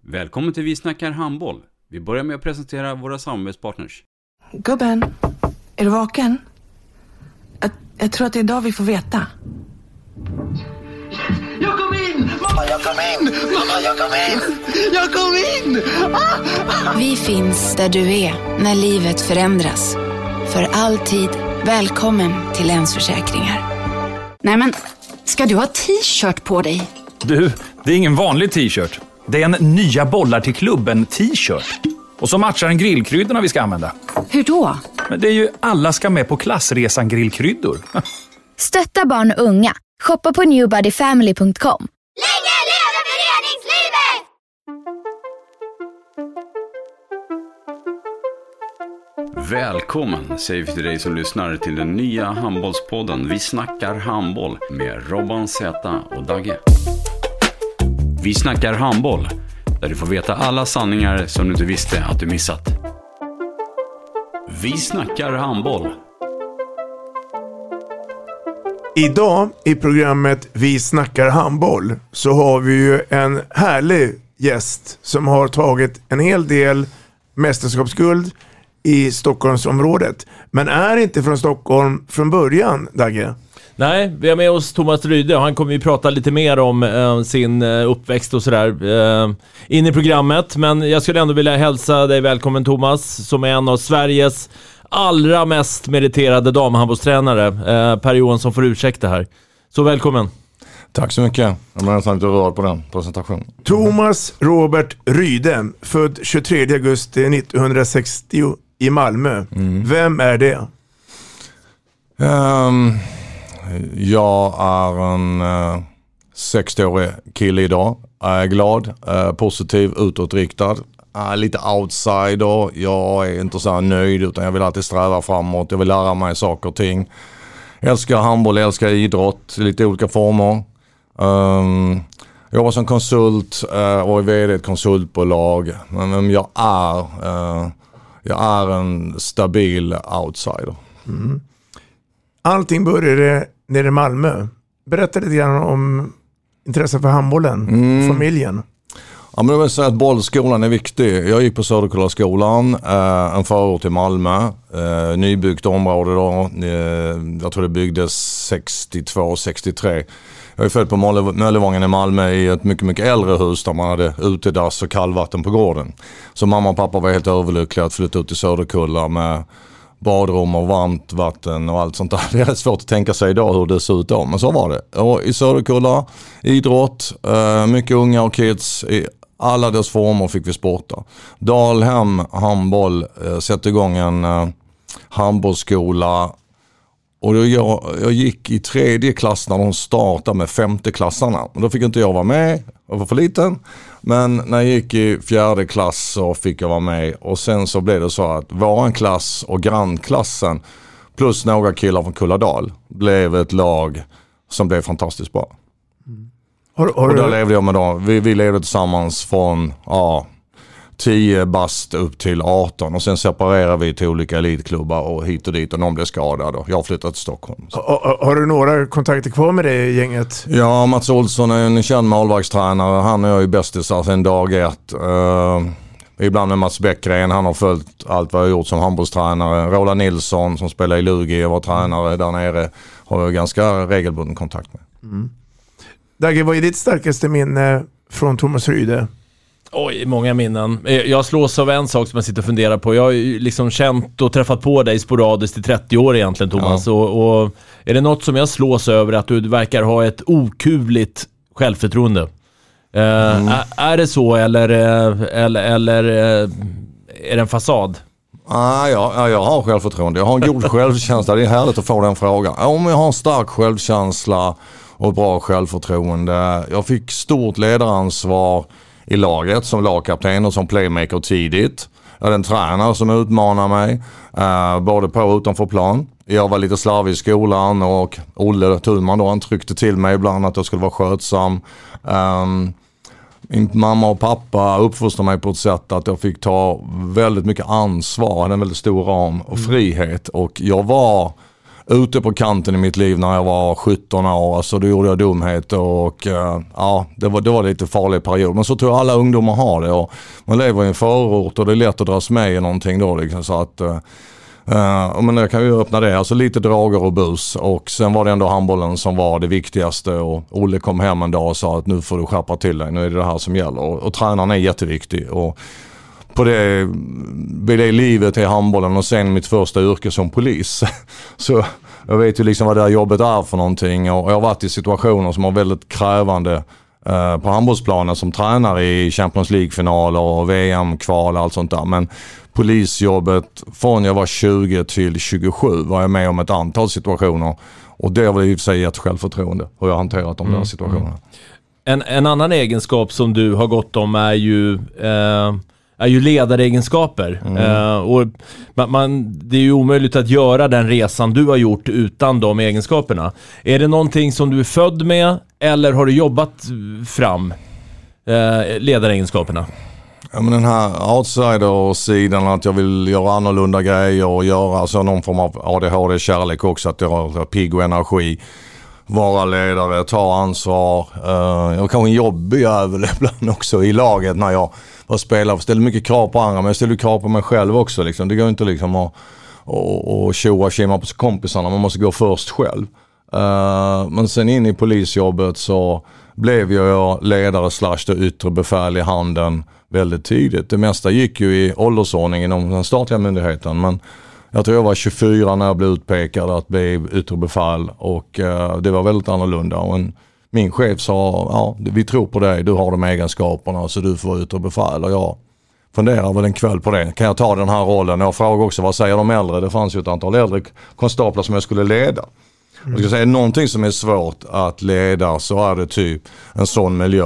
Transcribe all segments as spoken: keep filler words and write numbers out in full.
Välkommen till Vi snackar handboll. Vi börjar med att presentera våra samarbetspartners. Gubben, är du vaken? Jag, jag tror att det är idag vi får veta. Jag kom in! Mamma, jag kom in! Mamma, jag kom in! Jag kom in! Ah! Vi finns där du är när livet förändras. För alltid välkommen till Länsförsäkringar. Nej men, ska du ha t-shirt på dig? Du, det är ingen vanlig t-shirt. Det är en nya bollar till klubben t-shirt. Och så matchar den grillkryddorna vi ska använda. Hur då? Men det är ju alla ska med på klassresan grillkryddor. Stötta barn och unga. Shoppa på new body family punkt com. Länge leve föreningslivet! Välkommen säger vi till dig som lyssnar till den nya handbollspodden Vi snackar handboll med Robban Z och Dagge. Vi snackar handboll, där du får veta alla sanningar som du inte visste att du missat. Vi snackar handboll. Idag i programmet Vi snackar handboll så har vi ju en härlig gäst som har tagit en hel del mästerskapsguld i Stockholmsområdet. Men är inte från Stockholm från början, Dagge? Nej, vi har med oss Thomas Ryde och han kommer ju prata lite mer om eh, sin eh, uppväxt och sådär eh, in i programmet. Men jag skulle ändå vilja hälsa dig välkommen Thomas, som är en av Sveriges allra mest meriterade damhandbollstränare. eh, Per Johansson får ursäkta här. Så välkommen. Tack så mycket. Jag blev nästan lite rörd på den presentationen. Thomas Robert Ryde, född tjugotredje augusti nittonhundrasextio i Malmö. Mm. Vem är det? Um, jag är en uh, sextioårig kille idag. Jag är glad, uh, positiv, utåtriktad. Jag är lite outsider. Jag är inte så här nöjd utan jag vill alltid sträva framåt. Jag vill lära mig saker och ting. Jag älskar handboll, jag älskar idrott i lite olika former. Um, jag jobbar som konsult uh, och är vd i ett konsultbolag. Men vem jag är, uh, jag är en stabil outsider. Mm. Allting började nere i Malmö. Berätta lite grann om intresset för handbollen, mm. familjen. Ja, men jag vill säga att bollskolan är viktig. Jag gick på Söderkullaskolan, eh, en förort till Malmö. Eh, nybyggt område då. Eh, jag tror det byggdes sextiotvå sextiotre. Jag är född på Möllevången i Malmö i ett mycket, mycket äldre hus där man hade utedass och kallvatten på gården. Så mamma och pappa var helt överlyckliga att flytta ut till Söderkulla med badrum och varmt vatten och allt sånt där. Det är svårt att tänka sig idag hur det ser ut då, men så var det. Och i Söderkulla, idrott, eh, mycket unga och kids, i alla dess former fick vi sporta. Dalhem handboll, eh, sätter igång en eh, handbollsskola. Och då jag, jag gick i tredje klass när de startade med femte klassarna. Men då fick inte jag vara med, jag var för liten. Men när jag gick i fjärde klass så fick jag vara med. Och sen så blev det så att våran klass och grannklassen plus några killar från Kulladal blev ett lag som blev fantastiskt bra. Mm. Har, har och då du... levde jag med dem. Vi, vi levde tillsammans från ja, tio bast upp till arton. Och sen separerade vi till olika elitklubbar och hit och dit. Och någon blev skadad och jag flyttade till Stockholm. Har, har du några kontakter kvar med det gänget? Ja, Mats Olsson är en känd målvaktstränare. Han och jag är bästisar sedan dag ett. Uh, ibland med Mats Bäckgren. Han har följt allt vad jag har gjort som handbollstränare. Roland Nilsson som spelar i Lugi och var tränare där nere. Har jag ganska regelbunden kontakt med. Mm. Dagge, vad är ditt starkaste minne från Thomas Ryde? Oj, många minnen. Jag slås av en sak som jag sitter och funderar på. Jag har ju liksom känt och träffat på dig sporadiskt i trettio år egentligen, Thomas. Ja. Och, och är det något som jag slås över att du verkar ha ett okuvligt självförtroende? Mm. Uh, är det så eller, eller, eller uh, är det en fasad? Ah, ja, jag har självförtroende. Jag har en god självkänsla. Det är härligt att få den frågan. Om jag har en stark självkänsla och bra självförtroende. Jag fick stort ledaransvar i laget som lagkapten och som playmaker tidigt. Jag hade en tränare som utmanar mig eh, både på och utanför plan. Jag var lite slarvig i skolan och Olle Thunman då, han tryckte till mig ibland att jag skulle vara skötsam. Um, min mamma och pappa uppfostrade mig på ett sätt att jag fick ta väldigt mycket ansvar, en väldigt stor ram och frihet. Och jag var ute på kanten i mitt liv när jag var sjutton år. Alltså då gjorde jag dumheter och uh, ja, det var, det var lite farlig period. Men så tror jag alla ungdomar har det. Och man lever i en förort och det är lätt att dras med i någonting då. Liksom, så att, uh, uh, men jag kan ju öppna det. Alltså lite drager och bus. Och sen var det ändå handbollen som var det viktigaste. Och Olle kom hem en dag och sa att nu får du skärpa till dig. Nu är det det här som gäller. Och, och tränaren är jätteviktig. Och på det, på det livet i handbollen och sen mitt första yrke som polis. Så jag vet ju liksom vad det här jobbet är för någonting. Och jag har varit i situationer som var väldigt krävande eh, på handbollsplanen som tränare i Champions League-finaler och V M-kval och allt sånt där. Men polisjobbet från jag var tjugo till tjugosju var jag med om ett antal situationer. Och det har väl i och för sig gett självförtroende hur jag har hanterat de mm. där situationerna. En, en annan egenskap som du har gått om är ju... Eh... är ju ledaregenskaper. Mm. Uh, och man, man, det är ju omöjligt att göra den resan du har gjort utan de egenskaperna. Är det någonting som du är född med eller har du jobbat fram uh, ledaregenskaperna? Ja, men den här outsider-sidan att jag vill göra annorlunda grejer och göra alltså någon form av A D H D-kärlek också, att jag har pigg och energi, vara ledare, ta ansvar. Uh, jag kanske en jobbig jävel ibland också i laget när jag var spelare. Jag ställde mycket krav på andra men jag ställde krav på mig själv också. Liksom. Det går inte liksom att och, och tjoa och kimma på kompisarna. Man måste gå först själv. Uh, men sen in i polisjobbet så blev jag ledare slash det yttre befäl i handen väldigt tidigt. Det mesta gick ju i åldersordning inom den statliga myndigheten, men jag tror jag var tjugofyra när jag blev utpekad att bli yttre befäl och uh, det var väldigt annorlunda. Och en, min chef sa, ja, vi tror på dig, du har de egenskaperna så du får vara yttre befäl. Och jag funderar väl en kväll på det. Kan jag ta den här rollen? Jag frågar också, vad säger de äldre? Det fanns ju ett antal äldre konstaplar som jag skulle leda. Jag ska säga, någonting som är svårt att leda så är det typ en sån miljö.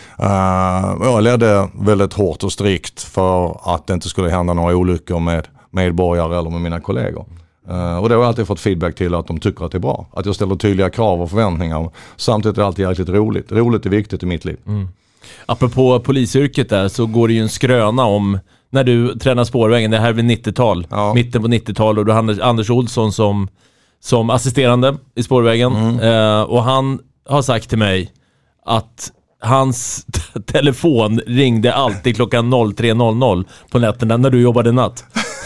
Uh, jag ledde väldigt hårt och strikt för att det inte skulle hända några olyckor med medborgare eller med mina kollegor. Uh, och det har jag alltid fått feedback till att de tycker att det är bra. Att jag ställer tydliga krav och förväntningar. Samtidigt är det alltid jäkligt roligt. Roligt är viktigt i mitt liv. Mm. Apropå polisyrket där så går det ju en skröna om när du tränar spårvägen. Det här är väl nittiotal, ja. Mitten på nittiotal och du har Anders Olsson som, som assisterande i spårvägen. Mm. Uh, och han har sagt till mig att hans t- telefon ringde alltid klockan tre noll noll på nätterna när du jobbade natt.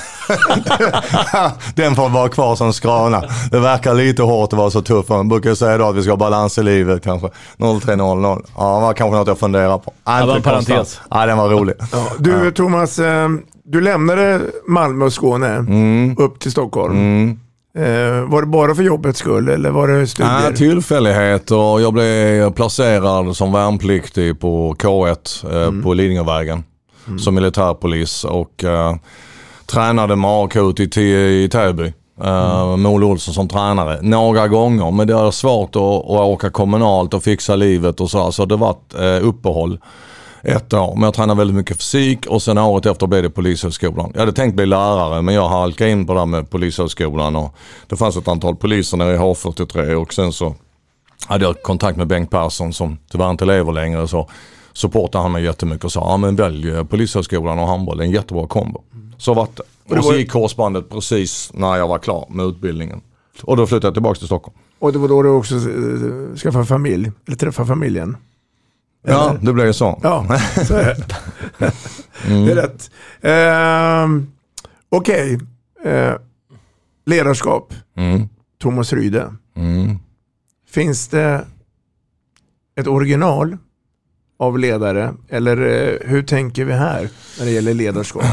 Den får vara kvar som skrana. Det verkar lite hårt att vara så tuff. Man brukar säga då att vi ska ha balans i livet kanske. tre noll noll. Ja, det var kanske något jag funderar på. Det var en parentes. Ja, den var rolig. Ja, du Thomas, du lämnade Malmö och Skåne mm. upp till Stockholm. Mm. Eh, var det bara för jobbets skull eller var det studier? Ja, tillfällighet och jag blev placerad som värnpliktig på K ett eh, mm. på Lidingövägen mm. som militärpolis och eh, tränade med A K i, i Täby. Uh, mm. Mol Olsson som tränare några gånger, men det är svårt att, att åka kommunalt och fixa livet och så, så det var ett uh, uppehåll ett år, men jag tränade väldigt mycket fysik och sen året efter blev det polishögskolan. Jag hade tänkt bli lärare men jag halkade in på det med polishögskolan och det fanns ett antal poliser nere i H fyrtiotre och sen så hade jag kontakt med Bengt Persson som tyvärr inte lever längre, så supportade han mig jättemycket och sa, ja men välj polishögskolan och handboll, det är en jättebra kombo. Så vart det. Och så gick korsbandet precis när jag var klar med utbildningen. Och då flyttade jag tillbaka till Stockholm. Och det var då du också uh, skaffade familj, eller träffa familjen? Eller? Ja, det blev så. Ja, så är det. Mm. Det är rätt. Uh, Okej. Okay. Uh, ledarskap. Mm. Thomas Ryde. Mm. Finns det ett original av ledare? Eller uh, hur tänker vi här när det gäller ledarskap?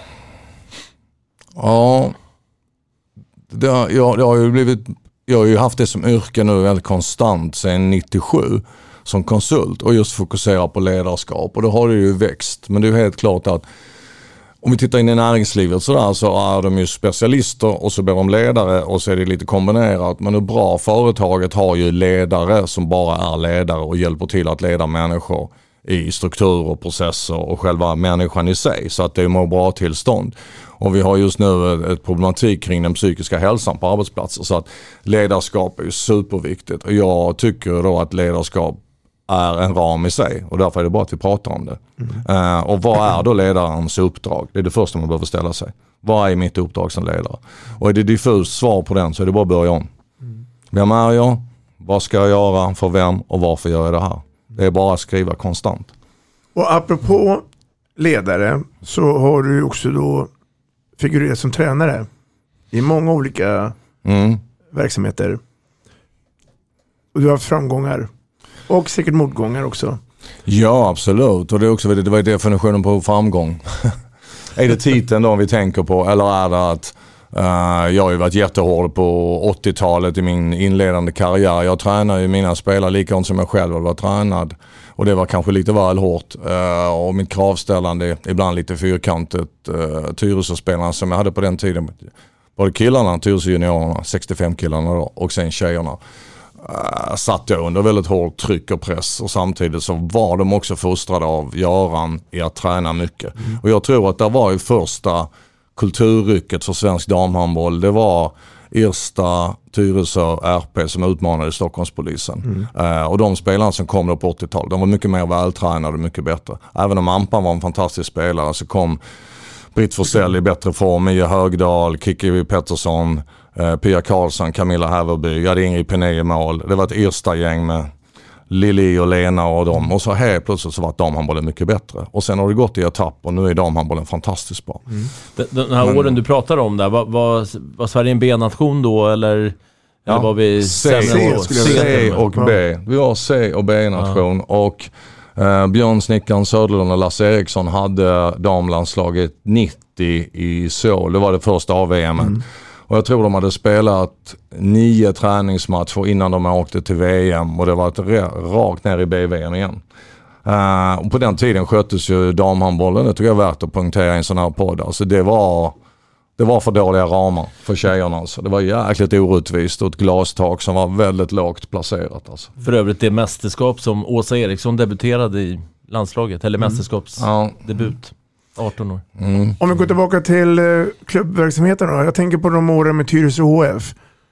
Ja, det har, jag, det har ju blivit, jag har ju haft det som yrke nu väldigt konstant sedan nittiosju som konsult och just fokusera på ledarskap, och då har det ju växt. Men det är helt klart att om vi tittar in i näringslivet så, där, så är de ju specialister och så blir de ledare och så är det lite kombinerat. Men det bra företaget har ju ledare som bara är ledare och hjälper till att leda människor i struktur och processer och själva människan i sig, så att det mår bra tillstånd. Och vi har just nu ett problematik kring den psykiska hälsan på arbetsplatser, så att ledarskap är ju superviktigt. Och jag tycker då att ledarskap är en ram i sig och därför är det bra att vi pratar om det. Mm. Uh, och vad är då ledarens uppdrag? Det är det första man behöver ställa sig. Vad är mitt uppdrag som ledare? Och är det diffust svar på den så är det bara att börja om. Mm. Vem är jag? Vad ska jag göra? För vem? Och varför gör jag det här? Det är bara att skriva konstant. Och apropå ledare så har du också då figurerat som tränare i många olika mm. verksamheter. Och du har haft framgångar. Och säkert motgångar också. Ja, absolut. Och det är också det var definitionen på framgång. Är det titeln då vi tänker på? Eller är det att uh, jag har ju varit jättehård på åttiotalet i min inledande karriär. Jag tränar ju mina spelare likadant som jag själv var tränad. Och det var kanske lite väl hårt. Uh, och mitt kravställande ibland lite fyrkantigt. Uh, Tyresö-spelarna som jag hade på den tiden. Både killarna, Tyresö juniorerna, sextiofem killarna då, och sen tjejerna. Uh, satt jag under väldigt hårt tryck och press och samtidigt så var de också fostrade av Göran i att träna mycket. Mm. Och jag tror att det var ju första kulturrycket för svensk damhandboll. Det var Ersta, Tyresö, R P som utmanade Stockholmspolisen. Mm. Uh, och de spelarna som kom då på åttiotalet, de var mycket mer vältränade och mycket bättre. Även om Ampan var en fantastisk spelare så kom Britt Forsell i bättre form, Mia Högdahl, Kiki Pettersson, Uh, Pia Karlsson, Camilla Häverby, jag hade Ingrid Pené i mål. Det var ett ersta gäng med Lili och Lena och dem. Och så här plötsligt så var damhandbollen mycket bättre. Och sen har det gått i etapp och nu är damhandbollen fantastiskt bra. Mm. Den, den här Men, åren du pratar om där, var, var, var Sverige en B-nation då eller, ja, eller var vi C, C, C och B. Vi var C och B-nation ja. och uh, Björn Snickaren Söderlund och Lasse Eriksson hade damlandslaget nittio i Seoul. Det var det första A V M. Mm. Och jag tror de hade spelat nio träningsmatcher innan de åkte till V M. Och det var ett rakt ner i B V M igen. Uh, och på den tiden sköttes ju damhandbollen. Det tycker jag är värt att punktera i en sån här podd. Alltså det var, det var för dåliga ramar för tjejerna. Alltså. Det var jäkligt orättvist och ett glastak som var väldigt lågt placerat. Alltså. För övrigt det mästerskap som Åsa Eriksson debuterade i landslaget. Eller mm. mästerskapsdebut. arton år. Mm. Om vi går tillbaka till uh, klubbverksamheten då. Jag tänker på de åren med Tyresö H F.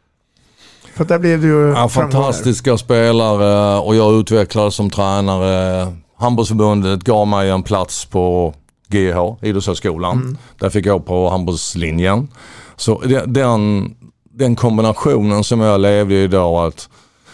För där blev det ju ja, fantastiska spelare och jag utvecklades som tränare. Handbollsförbundet gav mig en plats på G H, Idrottshögskolan. Mm. Där fick jag på handbollslinjen. Så den, den kombinationen som jag levde i idag att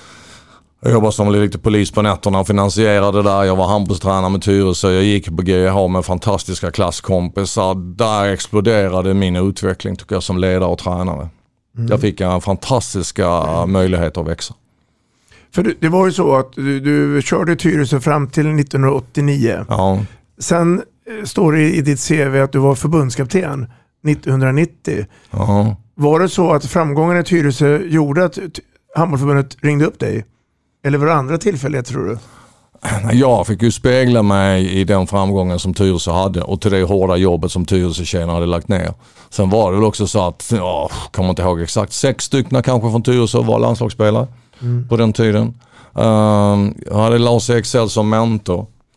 jag jobbade som lite polis på nätterna och finansierade där. Jag var handbollstränare med Tyresö. Jag gick på G H med fantastiska klasskompisar. Där exploderade min utveckling tycker jag som ledare och tränare. Mm. Jag fick en fantastiska mm. möjlighet att växa. För det, det var ju så att du, du körde Tyresö fram till nittonhundraåttionio. Ja. Sen står det i ditt C V att du var förbundskapten nittonhundranittio. Ja. Var det så att framgången i Tyresö gjorde att handbollsförbundet ringde upp dig? Eller var det andra tillfället tror du? Jag fick ju spegla mig i den framgången som Tyresö hade och till det hårda jobbet som Tyresö-tjejerna hade lagt ner. Sen var det också så att, ja, kommer inte ihåg exakt, sex stycken kanske från Tyresö var landslagsspelare mm. på den tiden. Uh, jag hade Lars Excel som mentor.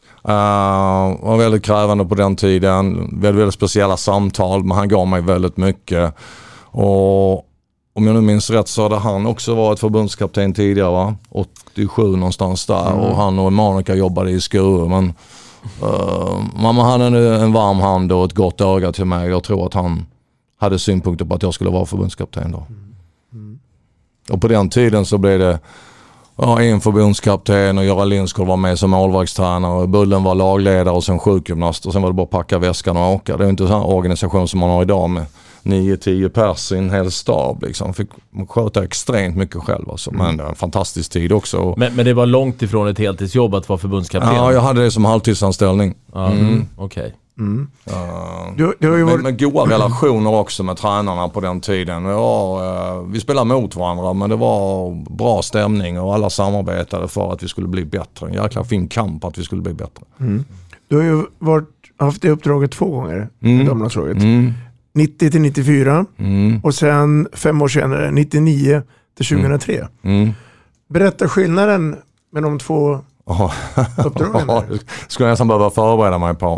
Uh, var väldigt krävande på den tiden. Väldigt, väldigt speciella samtal, men han gav mig väldigt mycket. Och om jag nu minns rätt så hade han också varit förbundskapten tidigare va? åttiosju någonstans där mm. och han och Monica jobbade i Skuru men uh, mamma hade en, en varm hand och ett gott öga till mig. Jag tror att han hade synpunkter på att jag skulle vara förbundskapten då. Mm. Och på den tiden så blev det ja, en förbundskapten och Göran Lindskog var med som målvaktstränare. Bullen var lagledare och sen sjukgymnast och sen var det bara att packa väskan och åka. Det är inte en sån här organisation som man har idag med nio tio pers i en hel stab liksom. Fick sköta extremt mycket själv alltså. Men mm. det var en fantastisk tid också. Men, men det var långt ifrån ett heltidsjobb att vara förbundskapten? Ja, jag hade det som halvtidsanställning. Mm. Mm. Okej. Okay. Mm. Uh, du, du har ju varit... med, med goda relationer också med tränarna på den tiden. Ja, uh, vi spelade mot varandra men det var bra stämning och alla samarbetade för att vi skulle bli bättre. En jäkla fin kamp att vi skulle bli bättre. Mm. Du har ju varit, haft det uppdraget två gånger mm. med damlandslaget. Mm. nittio till nittiofyra mm. och sen fem år senare nittionio till tjugohundratre. Mm. Mm. Berätta skillnaden med de två oh. uppdragen. Oh, skulle jag nästan behöva förbereda mig på.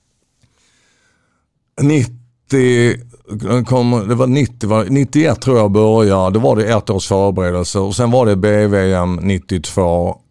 nittio kom, det var nittio, nittioett tror jag började. Det var det ett års förberedelse och sen var det B V M nittiotvå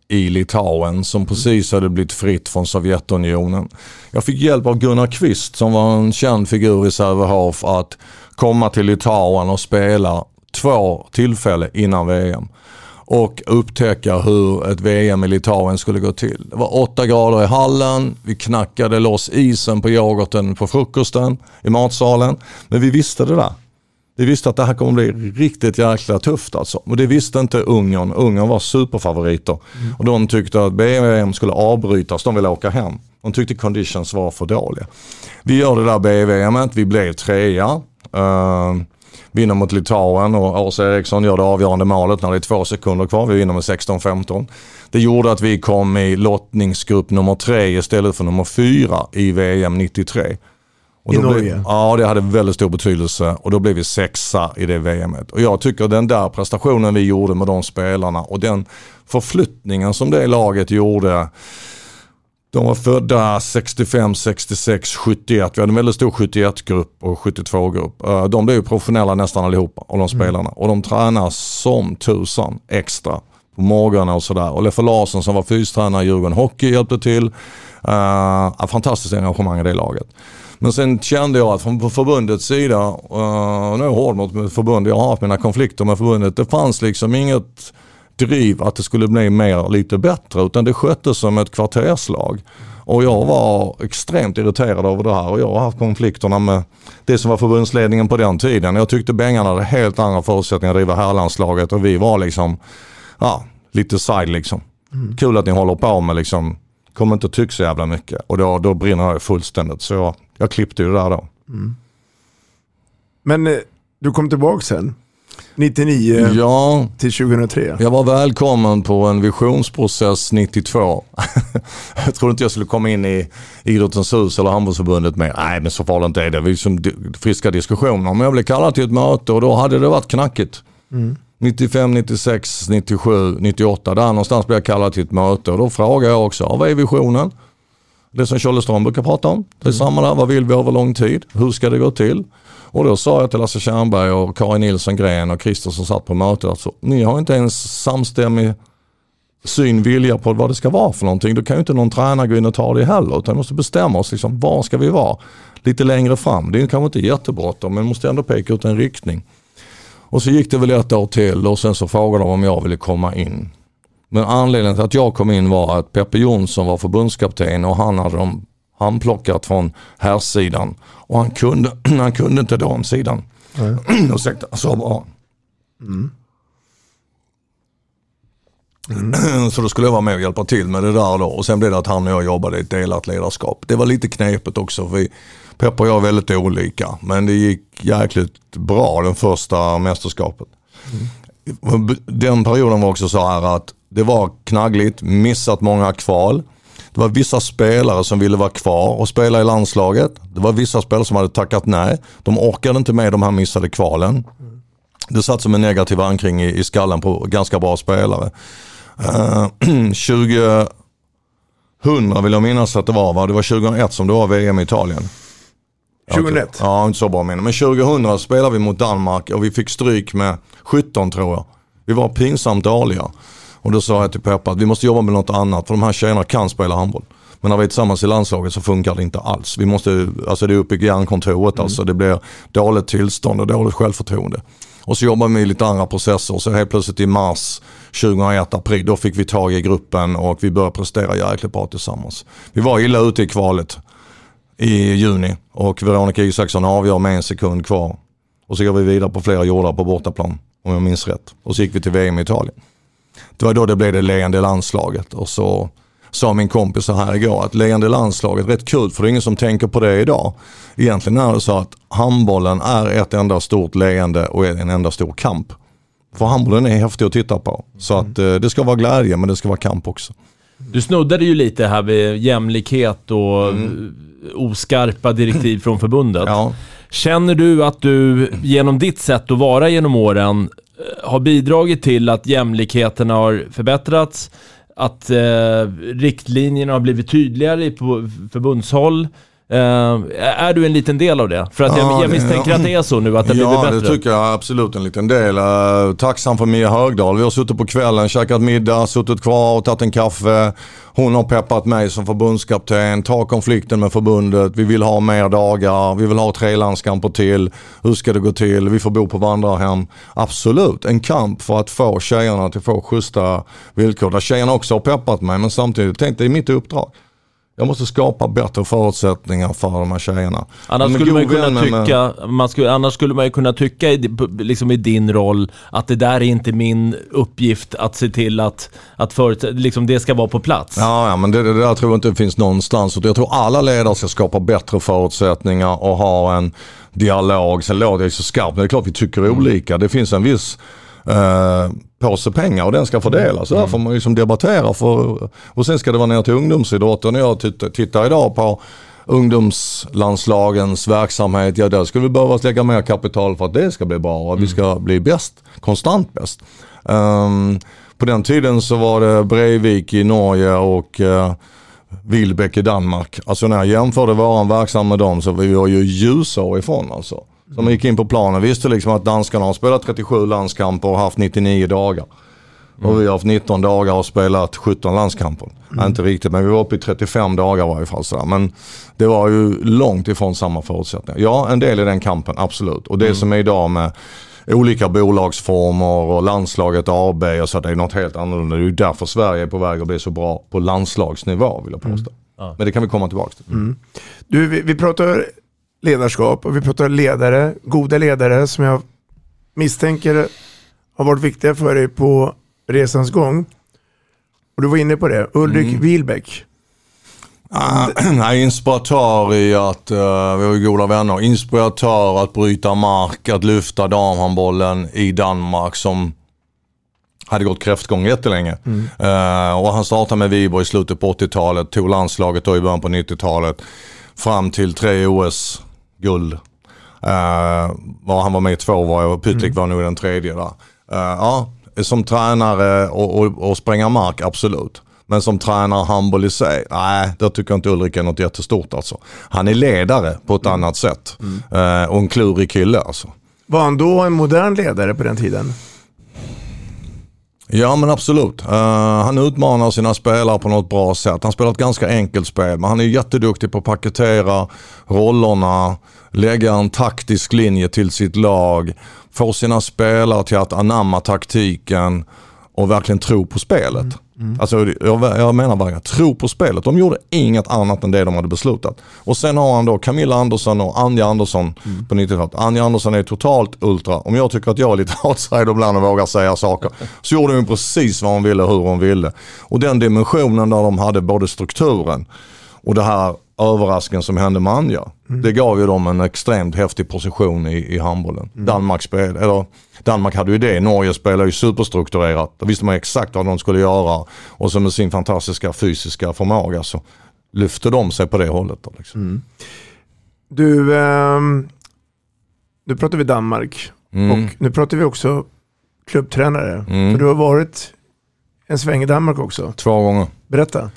i Litauen som precis hade blivit fritt från Sovjetunionen. Jag fick hjälp av Gunnar Kvist som var en känd figur i Sävehof att komma till Litauen och spela två tillfällen innan V M. Och upptäcka hur ett V M i Litauen skulle gå till. Det var åtta grader i hallen, vi knackade loss isen på yoghurten på frukosten i matsalen. Men vi visste det där. Vi visste att det här kommer bli riktigt jäkla tufft alltså. Och det visste inte Ungern. Ungern var superfavoriter. Mm. Och de tyckte att V M skulle avbrytas, de ville åka hem. De tyckte conditions var för dåliga. Vi gör det där B V M-et, vi blev trea. Uh, vinner mot Litauen och Åsa Eriksson gör det avgörande målet när det är två sekunder kvar. Vi vinner med sexton femton. Det gjorde att vi kom i lottningsgrupp nummer tre istället för nummer fyra i V M nittiotre. Och I då Norge? Blev, ja, det hade väldigt stor betydelse och då blev vi sexa i det V M-et. Och jag tycker den där prestationen vi gjorde med de spelarna och den förflyttningen som det laget gjorde. De var födda sextiofem, sextiosex, sjuttioett. Vi hade en väldigt stor sjuttioett-grupp och sjuttiotvå-grupp. De blev ju professionella nästan allihopa av de spelarna. Mm. Och de tränar som tusan extra på morgonen och sådär. Och Leffe Larsson som var fystränare i Djurgården Hockey hjälpte till. Uh, fantastiskt engagemang i det laget. Men sen kände jag att från förbundets sida, uh, nu är jag hård mot förbundet, jag har haft mina konflikter med förbundet. Det fanns liksom inget driv att det skulle bli mer lite bättre utan det sköttes som ett kvarterslag. Och jag var extremt irriterad över det här och jag har haft konflikterna med det som var förbundsledningen på den tiden. Jag tyckte Bengarna hade helt andra förutsättningar att driva herrlandslaget och vi var liksom, ja, lite side liksom. Mm. Kul att ni håller på med liksom, kommer inte tycka så jävla mycket. Och då, då brinner jag fullständigt så jag, jag klippte ju det där då. Mm. Men eh, du kom tillbaka sen? nittionio ja, till tjugohundratre. Jag var välkommen på en visionsprocess nittiotvå. Jag trodde inte jag skulle komma in i Idrottens hus eller handbollsförbundet med. Nej, men så farligt inte är det. Vi som friska diskussioner. Men jag blev kallad till ett möte och då hade det varit knackigt. Mm. nittiofem, nittiosex, nittiosju, nittioåtta. Där någonstans blev jag kallad till ett möte och då frågade jag också, vad är visionen? Det som Kjell Ström brukar prata om. Det är samma där, vad vill vi över lång tid? Hur ska det gå till? Och då sa jag till Lasse Tjernberg och Karin Nilsson Gren och Christer som satt på mötet att så, ni har inte ens samstämmig syn, vilja på vad det ska vara för någonting. Då kan ju inte någon tränare gå in och ta det heller utan måste bestämma oss liksom, var ska vi vara lite längre fram. Det är kanske inte jättebråttom men måste ändå peka ut en riktning. Och så gick det väl ett år till och sen så frågade de om jag ville komma in. Men anledningen till att jag kom in var att Peppe Jonsson var förbundskapten och han hade de han plockat från herrsidan och han kunde, han kunde inte damsidan. Mm. Ursäkta, så bra. Mm. Mm. Så då skulle jag vara med och hjälpa till med det där då. Och sen blev det att han och jag jobbade i ett delat ledarskap. Det var lite knepigt också för Peppa och jag är väldigt olika. Men det gick jäkligt bra den första mästerskapet. Mm. Den perioden var också så här att det var knaggligt, missat många kval. Det var vissa spelare som ville vara kvar och spela i landslaget. Det var vissa spelare som hade tackat nej. De orkade inte med de här missade kvalen. Det satt som en negativ ankring i, i skallen på ganska bra spelare. Uh, tjugohundra vill jag minnas att det var, va? Det var tjugohundraett som det var V M i Italien. tjugohundraett? Ja, inte så bra minne. Men tjugohundra spelade vi mot Danmark och vi fick stryk med sjutton tror jag. Vi var pinsamt dåliga. Och då sa jag till Peppa att vi måste jobba med något annat. För de här tjejerna kan spela handboll. Men när vi är tillsammans i landslaget så funkar det inte alls. Vi måste, alltså det är uppe i järnkontoret. Mm. Alltså det blir dåligt tillstånd och dåligt självförtroende. Och så jobbar vi med lite andra processer. Så helt plötsligt i mars tjugohundraett, april, då fick vi tag i gruppen och vi började prestera jäkligt bra tillsammans. Vi var illa ute i kvalet i juni. Och Veronica Isaksson avgör med en sekund kvar. Och så går vi vidare på flera jordar på bortaplan, om jag minns rätt. Och så gick vi till V M i Italien. Det var då det blev det leende landslaget. Och så sa min kompis så här igår att leende landslaget är rätt kul för det är ingen som tänker på det idag. Egentligen är det så att handbollen är ett enda stort leende och en enda stor kamp. För handbollen är häftig att titta på. Så att eh, det ska vara glädje men det ska vara kamp också. Du snuddade ju lite här vid jämlikhet och mm. oskarpa direktiv från förbundet. Ja. Känner du att du genom ditt sätt att vara genom åren har bidragit till att jämlikheten har förbättrats, att eh, riktlinjerna har blivit tydligare på förbundshåll? Uh, är du en liten del av det? För att ja, jag, jag misstänker ja. att det är så nu, att det ja, blir bättre. Ja, det tycker jag absolut en liten del. Uh, tacksam för Mia Högdahl. Vi har suttit på kvällen, käkat middag, suttit kvar och tagit en kaffe. Hon har peppat mig som förbundskapten, ta konflikten med förbundet. Vi vill ha mer dagar, vi vill ha tre landskamper till. Hur ska det gå till? Vi får bo på vandrarhem. Absolut, en kamp för att få tjejerna till få schyssta villkor. Där tjejerna också har peppat mig, men samtidigt tänkte jag i mitt uppdrag. Jag måste skapa bättre förutsättningar för de här tjejerna. Annars skulle man ju kunna tycka, man skulle, annars skulle man ju kunna tycka i, liksom i din roll att det där är inte min uppgift att se till att, att förut, liksom det ska vara på plats. Ja, ja men det, det där tror jag inte finns någonstans. Jag tror alla ledare ska skapa bättre förutsättningar och ha en dialog. Sen låter det så skarpt, men det är klart vi tycker mm. olika. Det finns en viss Uh, påse pengar och den ska fördelas. Så där får man ju som debattera för, och sen ska det vara ner till ungdomsidrotten. När jag tittar, tittar idag på ungdomslandslagens verksamhet, ja där skulle vi behöva lägga mer kapital för att det ska bli bra och att vi ska bli bäst, konstant bäst. Um, på den tiden så var det Breivik i Norge och uh, Wilbäck i Danmark. Alltså när jag jämförde våran verksamhet med dem så vi var ju ljusår ifrån alltså. Så man gick in på planen, visste liksom att danskarna har spelat trettiosju landskamper och haft nittionio dagar. Mm. Och vi har haft nitton dagar och spelat sjutton landskamper. Mm. Inte riktigt, men vi var uppe i trettiofem dagar i varje fall. Sådär. Men det var ju långt ifrån samma förutsättningar. Ja, en del i den kampen, absolut. Och det mm. som är idag med olika bolagsformer och landslaget A B och så, det är något helt annorlunda. Det är ju därför Sverige är på väg att bli så bra på landslagsnivå, vill jag påstå. Mm. Ja. Men det kan vi komma tillbaka till. Mm. Du, vi, vi pratar ledarskap och vi pratar ledare, goda ledare som jag misstänker har varit viktiga för dig på resans gång. Och du var inne på det. Ulrik mm. Wilbäck. Ah, nej, inspiratör i att, uh, vi var ju goda vänner, inspiratör att bryta mark, att lyfta damhandbollen i Danmark som hade gått kräftgång jättelänge. Mm. Uh, och han startade med Viborg i slutet på åttiotalet, tog landslaget då i början på nittiotalet fram till tre O S-guld. Uh, han var med i två var och Pytlik mm. var nog den tredje där. Uh, ja, som tränare och, och, och spränga mark, absolut. Men som tränare handboll i sig, nej, det tycker jag inte Ulrik är något jättestort alltså. Han är ledare på ett mm. annat sätt. Mm. Uh, och en klurig kille alltså. Var han då en modern ledare på den tiden? Ja, men absolut. Uh, han utmanar sina spelare på något bra sätt. Han spelar ett ganska enkelt spel, men han är jätteduktig på att paketera rollerna, lägga en taktisk linje till sitt lag, få sina spelare till att anamma taktiken och verkligen tro på spelet. Mm. Mm. Alltså, jag, jag menar bara, tro på spelet. De gjorde inget annat än det de hade beslutat. Och sen har han då Camilla Andersson och Anja Andersson mm. på nittiotalet. Anja Andersson är totalt ultra. Om jag tycker att jag är lite outsider ibland och vågar säga saker, så gjorde hon precis vad hon ville och hur hon ville. Och den dimensionen där de hade både strukturen och det här överraskningen som hände med Anja. Mm. Det gav ju dem en extremt häftig position i, i handbollen. Mm. Danmark, spel, eller, Danmark hade ju det. Norge spelade ju superstrukturerat. Då visste man exakt vad de skulle göra. Och så med sin fantastiska fysiska förmåga så lyfte de sig på det hållet. Då, liksom. mm. Du, eh, nu pratar vi Danmark. Mm. Och nu pratar vi också klubbtränare. Mm. För du har varit en sväng i Danmark också. Två gånger. Berätta.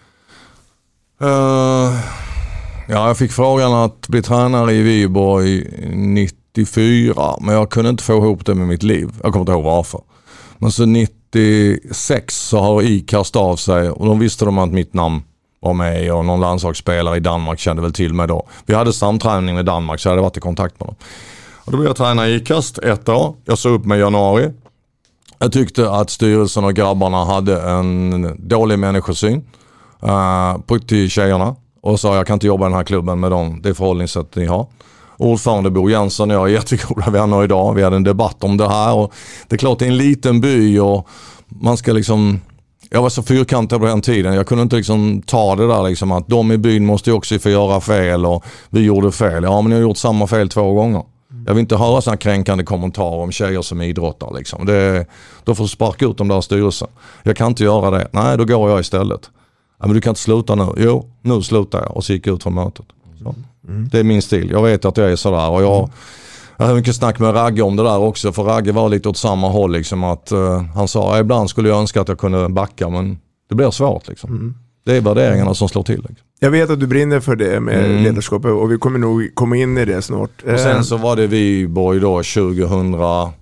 Uh, ja, jag fick frågan att bli tränare i Viborg nittiofyra, men jag kunde inte få ihop det med mitt liv. Jag kommer inte ihåg varför. Men så nittiosex så har I kastat av sig och de visste de att mitt namn var med och någon landslagsspelare i Danmark kände väl till mig då. Vi hade samträning med Danmark så jag hade varit i kontakt med dem. Och då blev jag tränare i I-kast ett år. Jag såg upp med januari. Jag tyckte att styrelsen och grabbarna hade en dålig människosyn. Uh, på till tjejerna och sa jag kan inte jobba i den här klubben med dem, det förhållningssätt ni har. Ordförande Bo Jensen och jag är jättegoda vänner idag. Vi hade en debatt om det här och det är klart det är en liten by och man ska liksom, jag var så fyrkantig på den tiden, jag kunde inte liksom ta det där liksom att de i byn måste ju också få göra fel och vi gjorde fel. Ja, men ni har gjort samma fel två gånger. Jag vill inte höra sådana kränkande kommentarer om tjejer som idrottar liksom. Det, då får du sparka ut dem där i styrelsen. Jag kan inte göra det. Nej, då går jag istället. Ja, men du kan inte sluta nu. Jo, nu slutar jag. Och så gick jag ut från mötet. Så. Mm. Det är min stil. Jag vet att jag är sådär. Och jag, mm. jag har mycket snack med Ragge om det där också. För Ragge var lite åt samma håll. Liksom, att, uh, han sa, ibland skulle jag önska att jag kunde backa. Men det blir svårt. Liksom. Mm. Det är värderingarna som slår till. Liksom. Jag vet att du brinner för det med Mm. ledarskapet och vi kommer nog komma in i det snart. Och sen så var det Viborg då tjugohundrafem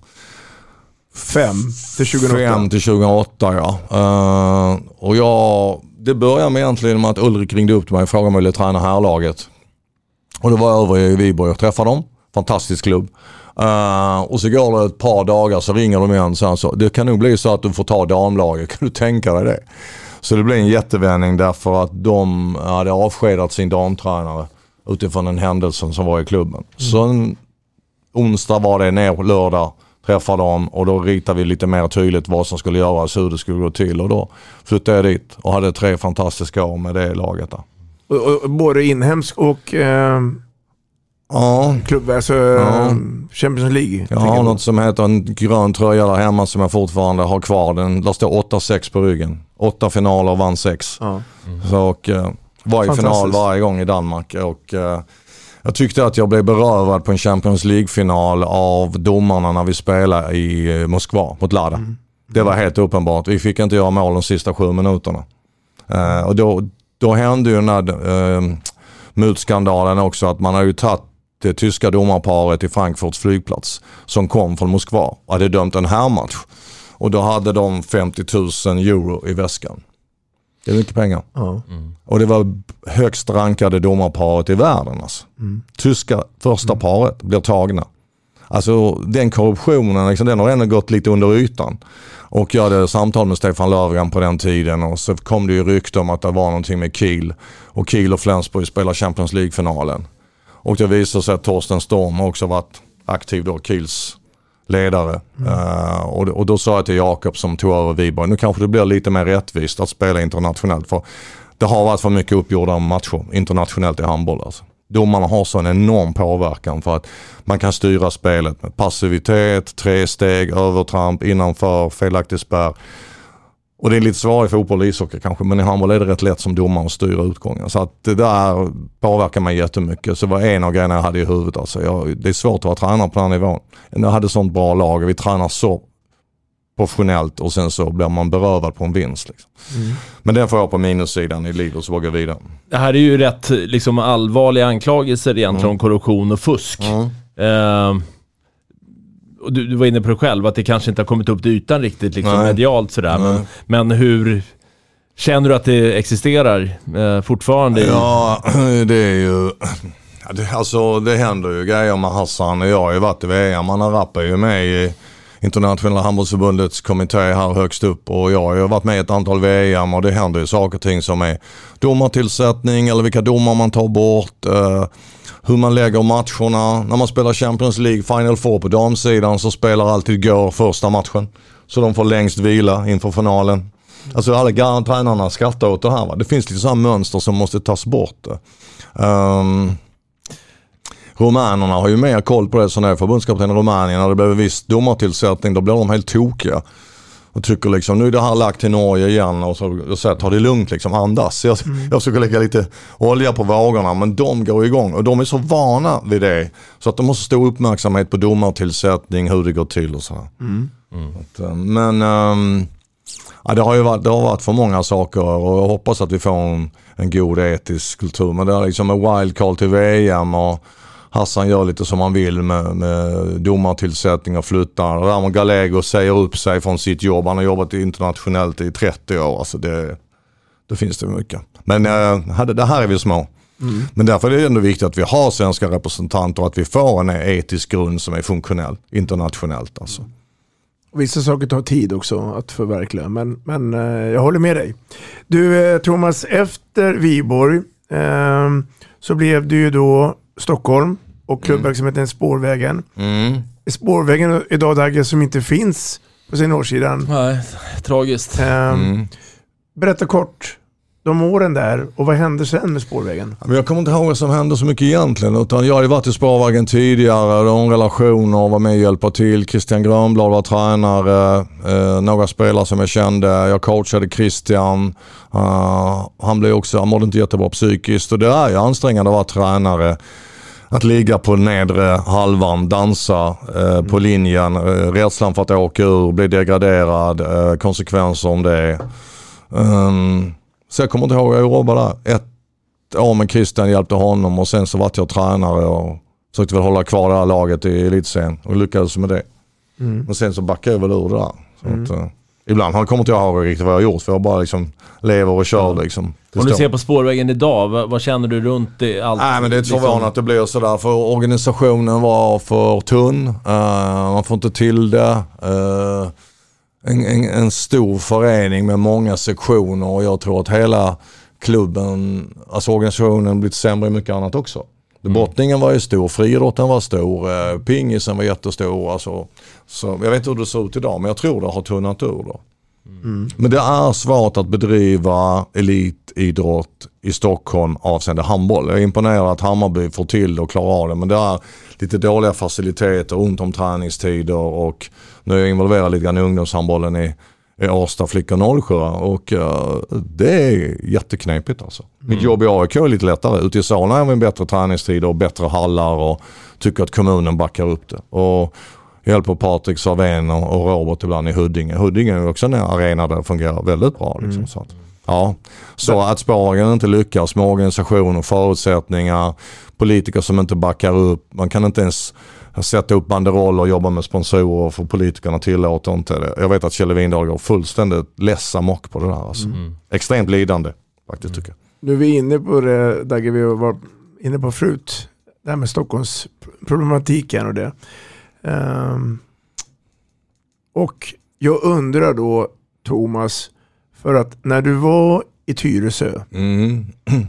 till tjugohundraåtta. fem till tjugohundraåtta, ja. Uh, och jag, det började med egentligen med att Ulrik ringde upp till mig och frågade om jag ville träna härlaget. Och då var jag över i Viborg och träffade dem. Fantastisk klubb. Uh, och så går det ett par dagar så ringer de igen och säger så, det kan nog bli så att du får ta damlaget. Kan du tänka dig det? Så det blev en jättevändning därför att de hade avskedat sin damtränare utifrån den händelsen som var i klubben. Mm. Så en onsdag var det ner, lördag träffade dem och då ritade vi lite mer tydligt vad som skulle göras, hur det skulle gå till och då flyttade jag dit och hade tre fantastiska år med det laget där. Och, och, och både inhemsk och eh, ja. klubb, alltså ja. Champions League. Jag har något som heter en grön tröja där hemma som jag fortfarande har kvar. Den där står åtta sex på ryggen. Åtta finaler och vann sex. Ja. Mm. Så och, eh, var i final varje gång i Danmark och eh, jag tyckte att jag blev berövad på en Champions League-final av domarna när vi spelade i Moskva mot Lada. Mm. Det var helt uppenbart. Vi fick inte göra mål de sista sju minuterna. Uh, och då, då hände ju den här uh, mutskandalen också att man har ju tagit det tyska domarparet i Frankfurts flygplats som kom från Moskva och hade dömt en härmatch. Och då hade de femtio tusen euro i väskan. Det är mycket pengar. Mm. Och det var högst rankade domarparet i världen. Alltså. Mm. Tyska första mm. paret blir tagna. Alltså den korruptionen, liksom, den har ändå gått lite under ytan. Och jag hade samtal med Stefan Löfgren på den tiden och så kom det ju rykte om att det var någonting med Kiel. Och Kiel och Flensburg spelar Champions League-finalen. Och det visade sig att Torsten Storm har också varit aktiv då, Kiels ledare. Mm. Uh, och, och då sa jag till Jakob som tog över Viborg, nu kanske det blir lite mer rättvist att spela internationellt. För det har varit för mycket uppgjorda matcher internationellt i handboll. Alltså. Domarna har så en enorm påverkan för att man kan styra spelet med passivitet, tre steg, övertramp, innanför, felaktig spärr. Och det är lite svårare i fotboll och ishockey kanske, men i handboll är det rätt lätt som domare att styra utgången. Så att det där påverkar mig jättemycket. Så det var en av grejerna jag hade i huvudet. Alltså jag, det är svårt att vara tränare på den här nivån. Jag hade sånt bra lag och vi tränar så professionellt och sen så blir man berövad på en vinst. Liksom. Mm. Men den får jag på minussidan i livet och så vågar vidare. Det här är ju rätt liksom, allvarliga anklagelser egentligen mm. om korruption och fusk. Mm. Uh, och du, du var inne på det själv att det kanske inte har kommit upp till ytan riktigt liksom, medialt sådär. Men, men hur känner du att det existerar uh, fortfarande? Ja, det är ju... Det, alltså det händer ju grejer med Hassan och jag har ju varit i V M. Man har rappar ju med i Internationella handbollsförbundets kommitté här högst upp och jag har ju varit med i ett antal V M och det händer ju saker och ting som är domartillsättning eller vilka domar man tar bort, uh, hur man lägger matcherna. När man spelar Champions League Final Four på damsidan så spelar alltid Går första matchen så de får längst vila inför finalen. Alltså alla garantränarna skrattar åt det här. Va? Det finns lite sådana mönster som måste tas bort. Um, Rumänerna har ju mer koll på det som är förbundskapten i Rumänien. När det blir viss domartillsättning då blir de helt tokiga. Och tycker liksom, nu är det här lagt till Norge igen och så jag säger, ta det lugnt liksom, andas. Jag, mm. jag försöker lägga lite olja på vågorna men de går igång och de är så vana vid det så att de måste stå uppmärksamhet på domartillsättning, hur det går till och så här. Mm. Mm. Att, men um, ja, det har ju varit, det har varit för många saker och jag hoppas att vi får en, en god etisk kultur. Men det är liksom en wildcard till V M och Hassan gör lite som han vill med, med domartillsättning och flyttar. Och Ramon Gallego säger upp sig från sitt jobb. Han har jobbat internationellt i trettio år. Alltså det, det finns det mycket. Men äh, det här är vi små. Mm. Men därför är det ändå viktigt att vi har svenska representanter och att vi får en etisk grund som är funktionell internationellt. Alltså. Vissa saker tar tid också att förverkliga. Men, men äh, jag håller med dig. Du äh, Thomas, efter Viborg äh, så blev du ju då Stockholm och klubbverksamheten mm. Spårvägen. Mm. Spårvägen idag Dagge som inte finns på sin årssidan. Nej, tragiskt. Um, mm. Berätta kort de åren där och vad hände sen med Spårvägen? Jag kommer inte ihåg vad som hände så mycket egentligen utan jag har ju varit i Spårvägen tidigare, de relationer var med och hjälpa till. Christian Grönblad var tränare, eh, några spelare som jag kände, jag coachade Christian, uh, han blev också, han mådde inte jättebra psykiskt och det är ju ansträngande att vara tränare. Att ligga på nedre halvan, dansa eh, mm. på linjen, eh, rädslan för att åka ur, bli degraderad, eh, konsekvenser om det. Um, så jag kommer inte ihåg, jag jobbade där ett, ett år med Christian, hjälpte honom och sen så var jag tränare och försökte väl hålla kvar det här laget i elitserien och lyckades med det. Mm. Men sen så backade jag väl ur det där. Så mm. att, uh, ibland har kommit jag ihåg riktigt vad jag har gjort för jag bara liksom lever och kör ja. liksom. Om du ser på spårvägen idag, vad, vad känner du runt det? Allt, Nej, men det är ett liksom... förvånat att det blir sådär för organisationen var för tunn. Uh, man får inte till det. Uh, en, en, en stor förening med många sektioner och jag tror att hela klubben, alltså organisationen blivit sämre i mycket annat också. Mm. Brottningen var ju stor, friidrotten var stor, uh, pingisen var jättestor. Alltså, så jag vet inte hur det ser ut idag men jag tror det har tunnat ur då. Mm. Men det är svårt att bedriva elitidrott i Stockholm avseende handboll. Jag är imponerad att Hammarby får till det och klarar av det. Men det är lite dåliga faciliteter, ont om träningstider och nu är jag involverad lite grann i ungdomshandbollen i, i Årsta, Flickor, Norrsjö och uh, det är jätteknepigt alltså. Mm. Mitt jobb i A I K är lite lättare. Ute i Solna har vi bättre träningstider och bättre hallar och tycker att kommunen backar upp det. Och hjälper Patrik Sarven och Robert ibland i Huddinge. Huddinge är också en arena där det fungerar väldigt bra. Liksom, mm. så att, ja. så att spåren inte lyckas med organisation och förutsättningar, politiker som inte backar upp, man kan inte ens sätta upp banderoller och jobba med sponsorer för politikerna tillåter inte det. Jag vet att Kjell Windahl går fullständigt ledsa mock på det där. Alltså. Mm. Extremt lidande faktiskt tycker jag. Nu är vi inne på det, Dagge, vi var inne på förut, det här med Stockholms problematiken och det. Um, och jag undrar då, Thomas, för att när du var i Tyresö mm.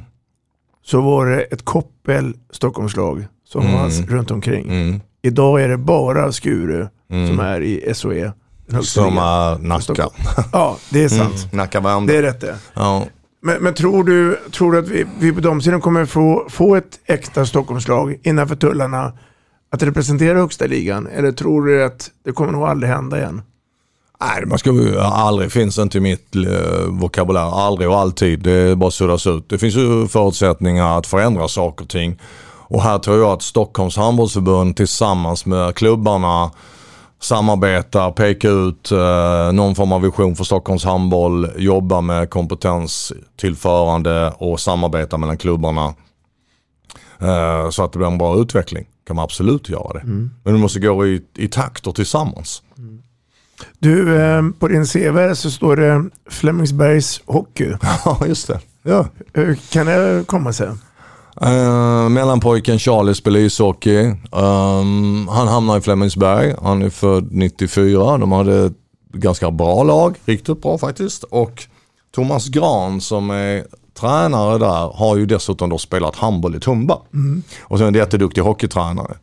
så var det ett koppel Stockholmslag som mm. var runt omkring. Mm. Idag är det bara Skuru mm. som är i S O E. Som är Nacka. Ja, det är sant. Mm. Nacka Värmdö. Det är rätt det. Ja. Men, men tror du, tror du att vi, vi på de sidan kommer få, få ett extra Stockholmslag innanför tullarna att representera högsta ligan? Eller tror du att det kommer nog aldrig hända igen? Nej, man ska ju aldrig, finns inte i mitt uh, vokabulär, aldrig och alltid. Det är bara suddas ut. Det finns ju förutsättningar att förändra saker och ting. Och här tror jag att Stockholms handbollsförbund tillsammans med klubbarna samarbetar, pekar ut uh, någon form av vision för Stockholms handboll, jobbar med kompetenstillförande och samarbeta mellan klubbarna uh, så att det blir en bra utveckling. Kan man absolut göra det. Mm. Men du måste gå i, i takt och tillsammans. Mm. Du, eh, på din C V så står det Flemingsbergs hockey. Ja, just det. Ja. Hur kan det komma sig? Uh, mellanpojken Charlie spelar ishockey. Um, han hamnar i Flemingsberg. Han är född nittiofyra. De hade ett ganska bra lag. Riktigt bra faktiskt. Och Thomas Gran som är tränare där har ju dessutom då spelat handboll i Tumba. Mm. Och så är en jätteduktig hockeytränare.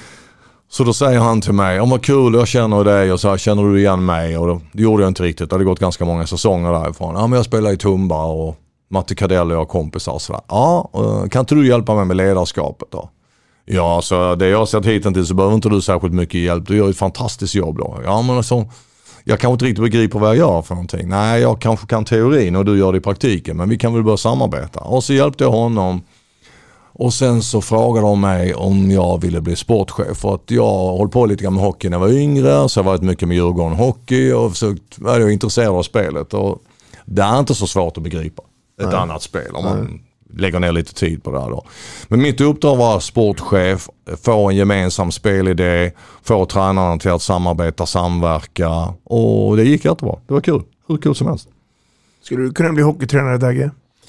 Så då säger han till mig, om vad kul, jag känner dig och så här, känner du igen mig? Och då, det gjorde jag inte riktigt, det hade gått ganska många säsonger därifrån. Ja, men jag spelar i Tumba och Matti Kadell och jag kompisar och sådär. Ja, kan inte du hjälpa mig med ledarskapet då? Ja, så det jag har sett hittills så behöver inte du särskilt mycket hjälp. Du gör ett fantastiskt jobb då. Ja, men alltså, jag kanske inte riktigt begriper vad jag gör för någonting. Nej, jag kanske kan teorin och du gör det i praktiken, men vi kan väl börja samarbeta. Och så hjälpte jag honom. Och sen så frågade de mig om jag ville bli sportchef. För att jag håller på lite grann med hockey när jag var yngre. Så jag har varit mycket med Djurgården hockey och försökt, var jag intresserad av spelet. Och det är inte så svårt att begripa ett Nej. annat spel om man Nej. lägger ner lite tid på det här då. Men mitt uppdrag var sportchef, få en gemensam spelidé, få tränarna till att samarbeta, samverka. Och det gick jättebra. Det var kul. Hur kul som helst. Skulle du kunna bli hockeytränare, Dagge?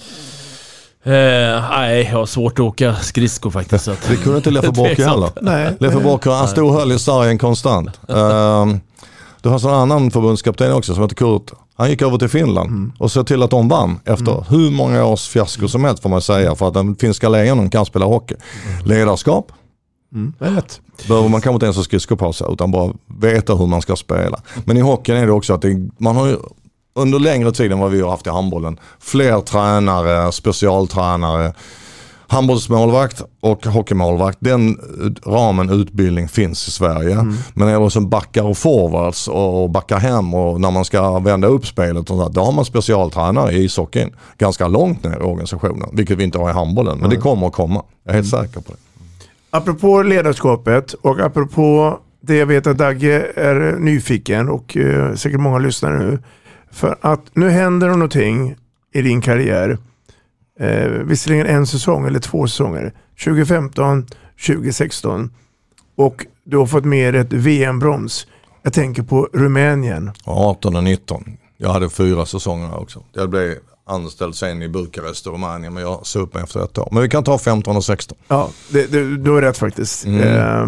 Uh, nej, jag har svårt att åka skridsko faktiskt. Att det kunde inte Leffe Borke heller. Nej. Leffe Borke, han stod och höll i sargen konstant. Uh, du har en annan förbundskapten också som heter Kurt. Han gick över till Finland mm. och såg till att de vann efter mm. hur många års fiasko som helst får man säga, för att den finska lejonen kan spela hockey. Mm. Ledarskap. Mm. Rätt. Behöver man kanske inte ens ha skridsko på sig utan bara veta hur man ska spela. Men i hockeyn är det också att det, man har ju under längre tid än vad vi har haft i handbollen fler tränare, specialtränare, handbollsmålvakt och hockeymålvakt. Den ramen utbildning finns i Sverige. Mm. Men när det är som backar och forwards och backar hem och när man ska vända upp spelet och sånt, då har man specialtränare i ishockeyn ganska långt ner i organisationen, vilket vi inte har i handbollen. Men mm. det kommer att komma. Jag är helt mm. säker på det. Apropå ledarskapet och apropå det jag vet att Dagge är nyfiken och uh, säkert många lyssnare nu. För att nu händer det någonting i din karriär Eh, visserligen en säsong eller två säsonger. tjugo femton tjugo sexton. Och du har fått med ett V M-brons. Jag tänker på Rumänien. arton och nitton. Jag hade fyra säsonger också. Jag blev anställd sen i Bukarest och Rumänien, men jag såg upp mig efter ett år. Men vi kan ta femton och sexton. Ja, det, det, du har rätt faktiskt. Mm. Eh,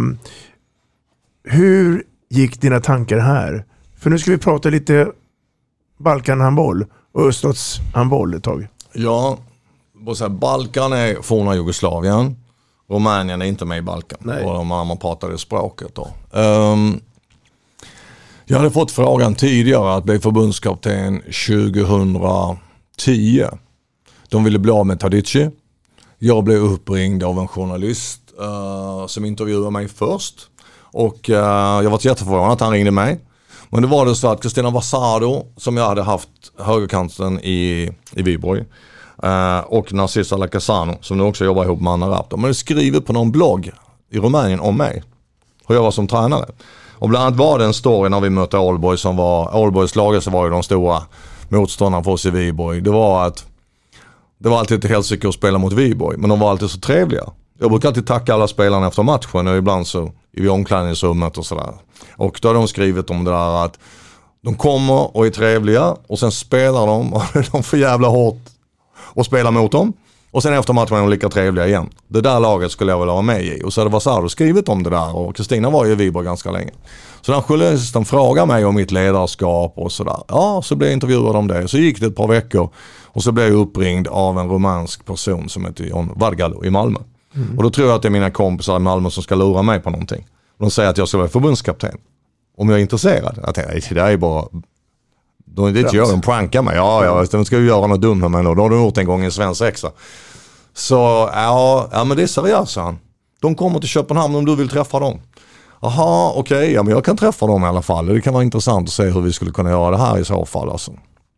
hur gick dina tankar här? För nu ska vi prata lite Balkanhandboll och öststatshandboll ett tag. Ja, Balkan är forna Jugoslavien. Rumänien är inte med i Balkan. Nej. Och de man pratade språket då. Um, jag hade fått frågan tidigare att bli förbundskapten tjugohundratio. De ville bli av med Tadici. Jag blev uppringd av en journalist uh, som intervjuade mig först. Och uh, jag var jätteförvånad att han ringde mig. Men det var det så att Kristina Vasado, som jag hade haft högerkanten i, i Viborg, Uh, och Narcisa Lacasano, som nu också jobbar ihop med Anna Rapp, de hade skrivit på någon blogg i Rumänien om mig, hur jag var som tränare. Och bland annat var det en story när vi mötte Allboy, som var Allboys laget, så var ju de stora motståndarna för oss i Viborg. Det var att det var alltid ett helsike att spela mot Viborg, men de var alltid så trevliga. Jag brukar alltid tacka alla spelarna efter matchen, och ibland så i omklädningsrummet och sådär. Och då har de skrivit om det där att de kommer och är trevliga, och sen spelar de och de får jävla hårt och spela mot dem. Och sen efter matchen är de lika trevliga igen. Det där laget skulle jag väl ha med i. Och så hade Vasaro skrivit om det där. Och Kristina var ju i Viborg ganska länge. Så den journalisten frågade mig om mitt ledarskap och sådär. Ja, så blev jag intervjuad om det. Så gick det ett par veckor. Och så blev jag uppringd av en romansk person som heter John Vargalo i Malmö. Mm. Och då tror jag att det är mina kompisar i Malmö som ska lura mig på någonting. De säger att jag ska vara förbundskapten. Om jag är intresserad. Jag tänkte, det är bara... De, det gör de prankar mig. Ja, ja, de ska ju göra något dumt med mig då. De har de gjort en gång i en svensk exa. Så, ja, ja, men det är seriöst, han. De kommer till Köpenhamn om du vill träffa dem. Jaha, okej, okay, ja, men jag kan träffa dem i alla fall. Det kan vara intressant att se hur vi skulle kunna göra det här i så fall. Alltså.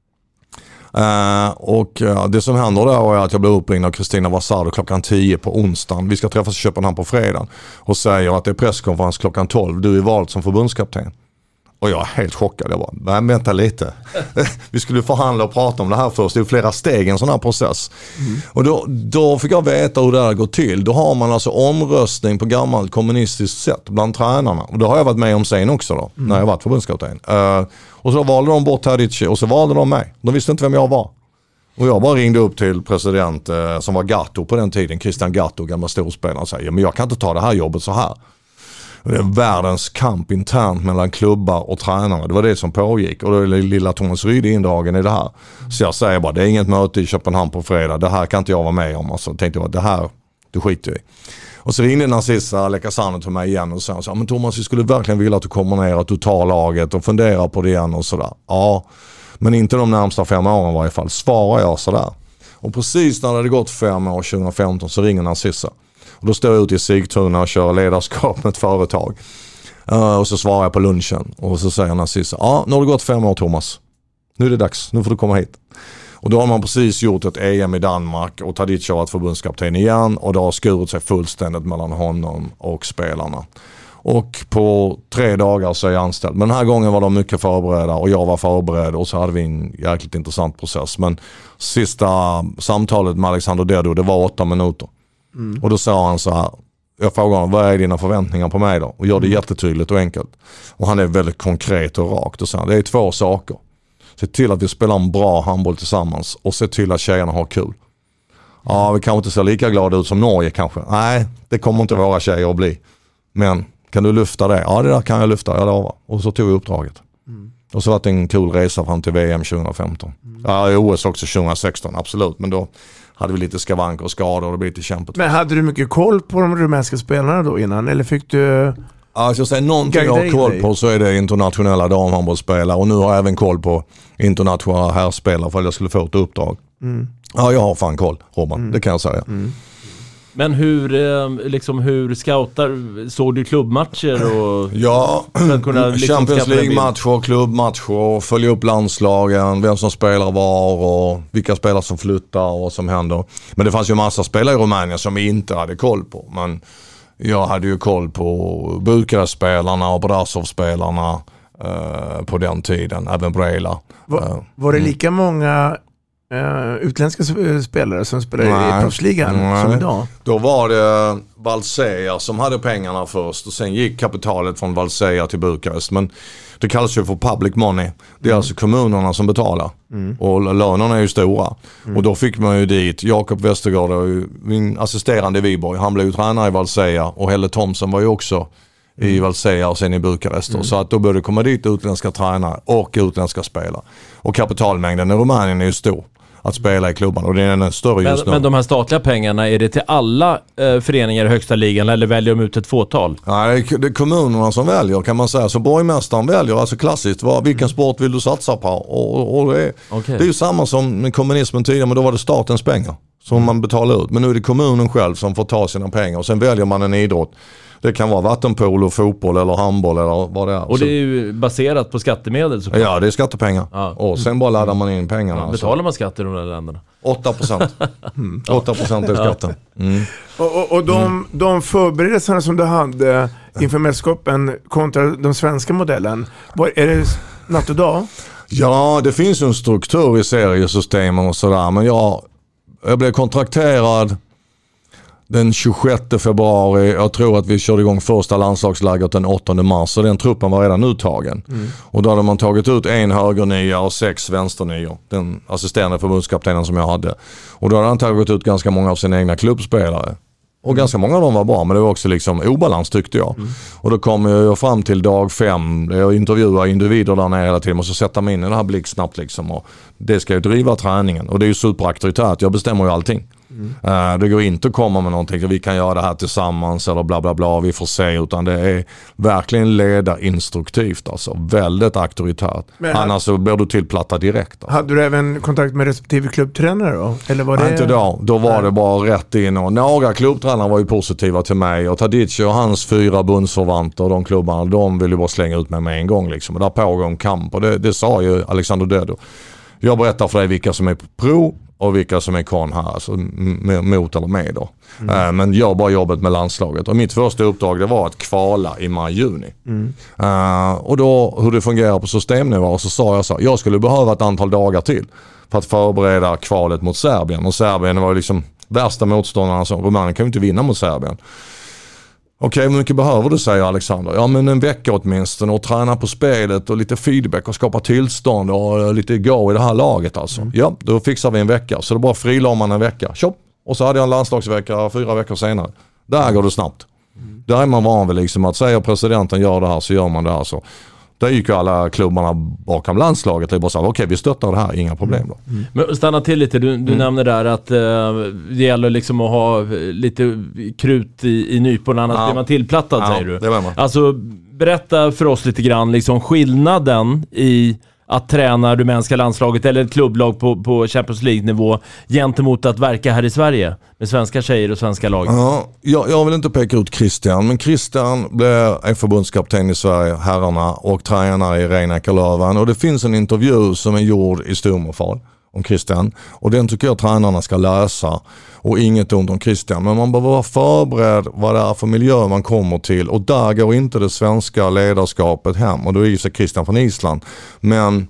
Uh, och uh, det som händer då är att jag blir uppringd av Kristina Vasado klockan tio på onsdagen. Vi ska träffas i Köpenhamn på fredag. Och säger att det är presskonferens klockan tolv. Du är vald som förbundskapten. Och jag är helt chockad. Jag bara, nej, vänta lite. Vi skulle förhandla och prata om det här först. Det är flera steg i en sån här process. Mm. Och då, då fick jag veta hur det här går till. Då har man alltså omröstning på gammalt kommunistiskt sätt bland tränarna. Och det har jag varit med om sen också då. Mm. När jag varit förbundskapten. Uh, och så valde de bort Tadici och så valde de mig. De visste inte vem jag var. Och jag bara ringde upp till president uh, som var Gatto på den tiden. Christian Gatto, gamla storspelaren, och säger, men jag kan inte ta det här jobbet så här. Det är världens kamp internt mellan klubbar och tränare. Det var det som pågick. Och då är lilla Thomas Rydde indragen i det här. Så jag säger bara, det är inget möte i Köpenhamn på fredag. Det här kan inte jag vara med om. Alltså, tänkte jag, det här, du skiter i. Och så ringde Narcisa Lacasano till mig igen och sa, så, men Thomas, vi skulle verkligen vilja att du kommer ner, att du tar laget och funderar på det igen och sådär. Ja, men inte de närmsta fem åren i varje fall. Svarar jag sådär. Och precis när det hade gått fem år, tjugo femton, så ringer Narcisa. Och då står jag ute i Sigtuna och kör ledarskap med ett företag. Uh, och så svarar jag på lunchen. Och så säger Narcisa, ja, nu har det gått fem år, Thomas. Nu är det dags, nu får du komma hit. Och då har man precis gjort ett E M i Danmark. Och Tadic har varit förbundskapten igen. Och det har skurit sig fullständigt mellan honom och spelarna. Och på tre dagar så är jag anställd. Men den här gången var de mycket förberedda. Och jag var förberedd. Och så hade vi en jäkligt intressant process. Men sista samtalet med Alexander Dedo, det var åtta minuter. Mm. Och då sa han så här, jag frågade honom, vad är dina förväntningar på mig då? Och gör det jättetydligt och enkelt. Och han är väldigt konkret och rakt och så här, det är två saker. Se till att vi spelar en bra handboll tillsammans och se till att tjejerna har kul. Ja, vi kanske inte ser lika glada ut som Norge kanske. Nej, det kommer inte våra tjejer att bli. Men kan du lyfta det? Ja, det där kan jag lyfta, jag lovar. Och så tog jag uppdraget. Mm. Och så var det en cool resa fram till V M tjugo femton. Mm. Ja, i O S också tjugo sexton, absolut. Men då hade vi lite skavanker och skador och det blev lite kämpigt. Men hade du mycket koll på de rumänska spelarna då innan? Eller fick du... Alltså jag säger någonting jag har koll på så är det internationella damhandbollsspelare. Och nu har jag även koll på internationella herrspelare för att jag skulle få ett uppdrag. Mm. Ja, jag har fan koll, Robban. Mm. Det kan jag säga. Mm. Men hur, liksom, hur scoutar, såg du klubbmatcher? Och ja, kunna, liksom, Champions League-matcher, klubbmatcher, följa upp landslagen, vem som spelar var och vilka spelare som flyttar och vad som händer. Men det fanns ju massa spelare i Rumänien som jag inte hade koll på. Men jag hade ju koll på Bukarest-spelarna och Brasov-spelarna eh, på den tiden, även Brejla. Var, var det lika många uh, utländska spelare som spelar nej, i proffsligan nej. Som idag? Då var det Valsea som hade pengarna först och sen gick kapitalet från Valsea till Bukarest. Men det kallas ju för public money. Det är mm. alltså kommunerna som betalar. Mm. Och lönerna är ju stora. Mm. Och då fick man ju dit Jakob Westergaard, min assisterande i Viborg. Han blev ju tränare i Valsea och Helle Thomsen var ju också mm. i Valsea och sen i Bukarest. Mm. Så att då började komma dit utländska tränare och utländska spelare. Och kapitalmängden i Rumänien är ju stor att spela i klubban och det är en större just men, nu. Men de här statliga pengarna, är det till alla eh, föreningar i högsta ligan eller väljer de ut ett fåtal? Nej, det är, det är kommunerna som väljer kan man säga. Så borgmästaren väljer, alltså klassiskt, vad, vilken mm. sport vill du satsa på? Och, och det, är, okay. det är ju samma som med kommunismen tidigare, men då var det statens pengar som mm. man betalar ut. Men nu är det kommunen själv som får ta sina pengar och sen väljer man en idrott. Det kan vara vattenpolo, fotboll eller handboll eller vad det är. Och det är ju baserat på skattemedel såklart. Ja, det är skattepengar. Ja. Och sen bara laddar man in pengarna. Ja, betalar man skatt i de där länderna? åtta procent. Mm. åtta procent är skatten. Mm. Och, och, och de, mm. de förberedelserna som du hade inför mästerskapen kontra den svenska modellen, vad, är det natt och dag? Ja, det finns en struktur i seriesystemen och sådär. Men jag, jag blev kontrakterad den tjugosjätte februari, jag tror att vi körde igång första landslagslägret den åttonde mars, så den truppen var redan uttagen. Mm. Och då hade man tagit ut en högernia och sex vänsternior, den assisterande förbundskaptenen som jag hade. Och då hade han tagit ut ganska många av sina egna klubbspelare. Och mm. ganska många av dem var bra, men det var också liksom obalans tyckte jag. Mm. Och då kom jag fram till dag fem, jag intervjuade individer där nere hela tiden och så sätta mig in i det här blicksnabbt liksom. Och det ska ju driva träningen. Och det är ju superauktoritet, jag bestämmer ju allting. Mm. Uh, det går inte att komma med någonting vi kan göra det här tillsammans eller bla bla bla, vi får se, utan det är verkligen leda instruktivt, alltså väldigt auktoritärt. Men annars så blir du tillplattad direkt. Alltså. Hade du även kontakt med respektive klubbtränare då? Eller var det... Inte då, då var Nej. det bara rätt in och några klubbtränare var ju positiva till mig och Tadic och hans fyra bundsförvanter och de klubbarna, de ville bara slänga ut mig med en gång liksom. Och där pågår en kamp och det, det sa ju Alexander Dedo. Jag berättar för dig vilka som är på pro och vilka som är kon här, alltså mot eller med då. Mm. Uh, men jag bara jobbet med landslaget. Och mitt första uppdrag det var att kvala i maj-juni. Mm. Uh, och då hur det fungerar på systemnivå så sa jag så jag skulle behöva ett antal dagar till för att förbereda kvalet mot Serbien. Och Serbien var ju liksom värsta motståndarna, som Rumänien kan ju inte vinna mot Serbien. Okej, hur mycket behöver du, säger Alexander? Ja, men en vecka åtminstone och träna på spelet och lite feedback och skapa tillstånd och lite gå i det här laget alltså. Mm. Ja, då fixar vi en vecka. Så då bara frilade man en vecka. Tjopp! Och så hade jag en landslagsvecka fyra veckor senare. Där går det snabbt. Mm. Där är man van vid liksom att säga presidenten gör det här så gör man det här så. Där gick ju alla klubbarna bakom landslaget och bara sa okej, okay, vi stöttar det här, inga problem då. Mm. Men stanna till lite, du, du mm. nämner där att uh, det gäller liksom att ha lite krut i, i nyporna, annars ja. blir man tillplattad, ja, säger du. Det var man. Alltså, berätta för oss lite grann liksom skillnaden i att träna rumänska landslaget eller ett klubblag på, på Champions League-nivå gentemot att verka här i Sverige med svenska tjejer och svenska lag. Ja, jag, jag vill inte peka ut Christian, men Christian blev en förbundskapten i Sverige, herrarna, och tränare i Rhein-Neckar-Löwen. Och det finns en intervju som är gjord i Stormofal om Christian. Och den tycker jag tränarna ska läsa. Och inget ont om Christian. Men man behöver vara förberedd vad det är för miljö man kommer till. Och där går inte det svenska ledarskapet hem. Och då är ju sig Christian från Island. Men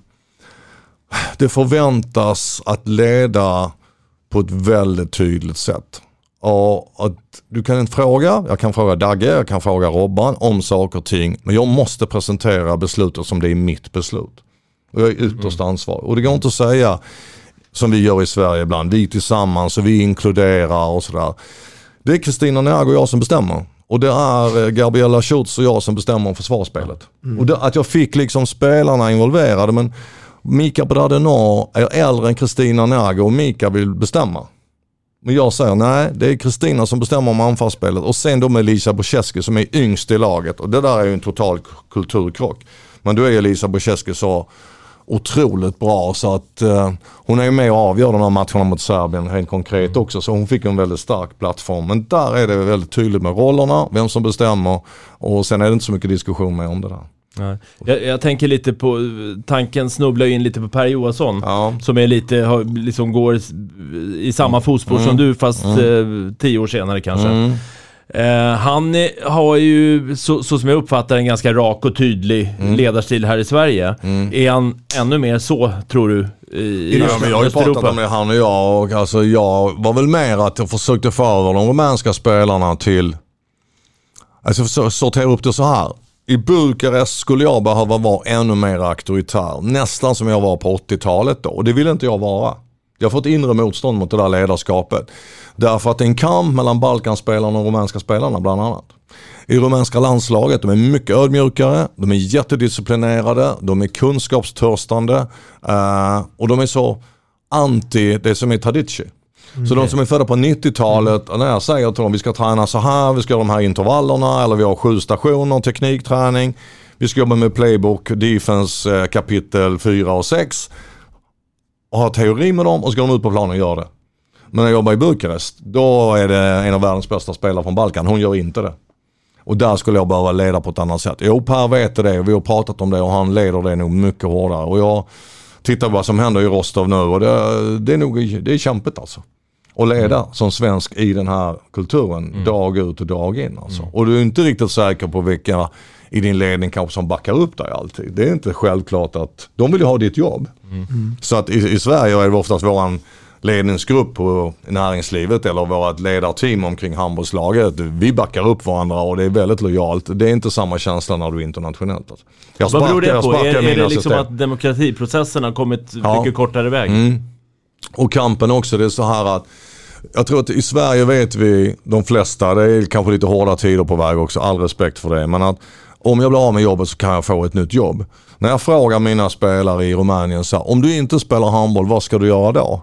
det förväntas att leda på ett väldigt tydligt sätt. Och att du kan inte fråga, jag kan fråga Dagge, jag kan fråga Robban om saker och ting. Men jag måste presentera beslutet som det är mitt beslut. Och jag är ytterst ansvarig. Och det går inte att säga som vi gör i Sverige ibland. Vi tillsammans och vi inkluderar och sådär. Det är Kristina Nerg och jag som bestämmer. Och det är Gabriella Schutz och jag som bestämmer om försvarsspelet. Mm. Och det, att jag fick liksom spelarna involverade. Men Mika Bradenor är äldre än Kristina Nerg och Mika vill bestämma. Men jag säger nej, det är Kristina som bestämmer om anfallsspelet. Och sen då med Lisa Borzeski som är yngst i laget. Och det där är ju en total kulturkrock. Men då är Lisa Borzeski så otroligt bra så att uh, hon är ju med och avgör de här matcherna mot Serbien helt konkret också, så hon fick en väldigt stark plattform. Men där är det väldigt tydligt med rollerna, vem som bestämmer, och sen är det inte så mycket diskussion med om det där. Nej. Jag, jag tänker lite på, tanken snubblar in lite på Per Johansson, ja. som är lite, liksom går i samma fotspår mm. som du, fast mm. eh, tio år senare kanske. Mm. Eh, han har ju, så, så som jag uppfattar, en ganska rak och tydlig mm. ledarstil här i Sverige. Mm. Är han ännu mer så, tror du? I, ja, men jag har ju pratat om det, han och jag. Och alltså, jag var väl mer att jag försökte få över de rumänska spelarna till... Alltså sortera upp det så här. I Bukarest skulle jag behöva vara ännu mer auktoritär. Nästan som jag var på åttiotalet då. Och det vill inte jag vara. Jag har fått inre motstånd mot det där ledarskapet. Därför att det är en kamp mellan Balkanspelarna och rumänska spelarna bland annat. I rumänska landslaget, de är mycket ödmjukare, de är jättedisciplinerade, de är kunskapstörstande uh, och de är så anti det som är Tadici. Mm. Så de som är födda på nittiotalet, mm. när jag säger till dem vi ska träna så här, vi ska göra de här intervallerna, eller vi har sju stationer, teknikträning, vi ska jobba med playbook, defense, eh, kapitel fyra och sex och ha teori med dem och ska de ut på planen och göra det. Men när jag jobbar i Bukarest, då är det en av världens bästa spelare från Balkan, hon gör inte det. Och där skulle jag behöva leda på ett annat sätt. Jo, Per vet det, vi har pratat om det och han leder det nog mycket hårdare. Och jag tittar på vad som händer i Rostov nu och det, det är nog det är kämpigt alltså. Och leda mm. som svensk i den här kulturen mm. dag ut och dag in alltså. Mm. Och du är inte riktigt säker på vilka i din ledning kanske som backar upp dig alltid. Det är inte självklart att de vill ju ha ditt jobb. Mm. Mm. Så att i, i Sverige är det oftast våran ledningsgrupp på näringslivet eller vårt ledarteam omkring handbollslaget. Vi backar upp varandra och det är väldigt lojalt. Det är inte samma känsla när du är internationellt. Alltså. Jag Vad beror det på? Är, är det liksom system. Att demokratiprocessen har kommit ja. mycket kortare väg? Mm. Och kampen också, det är så här att jag tror att i Sverige vet vi de flesta, det är kanske lite hårda tider på väg också, all respekt för det, men att om jag blir av med jobbet så kan jag få ett nytt jobb. När jag frågar mina spelare i Rumänien så här, om du inte spelar handboll, vad ska du göra då?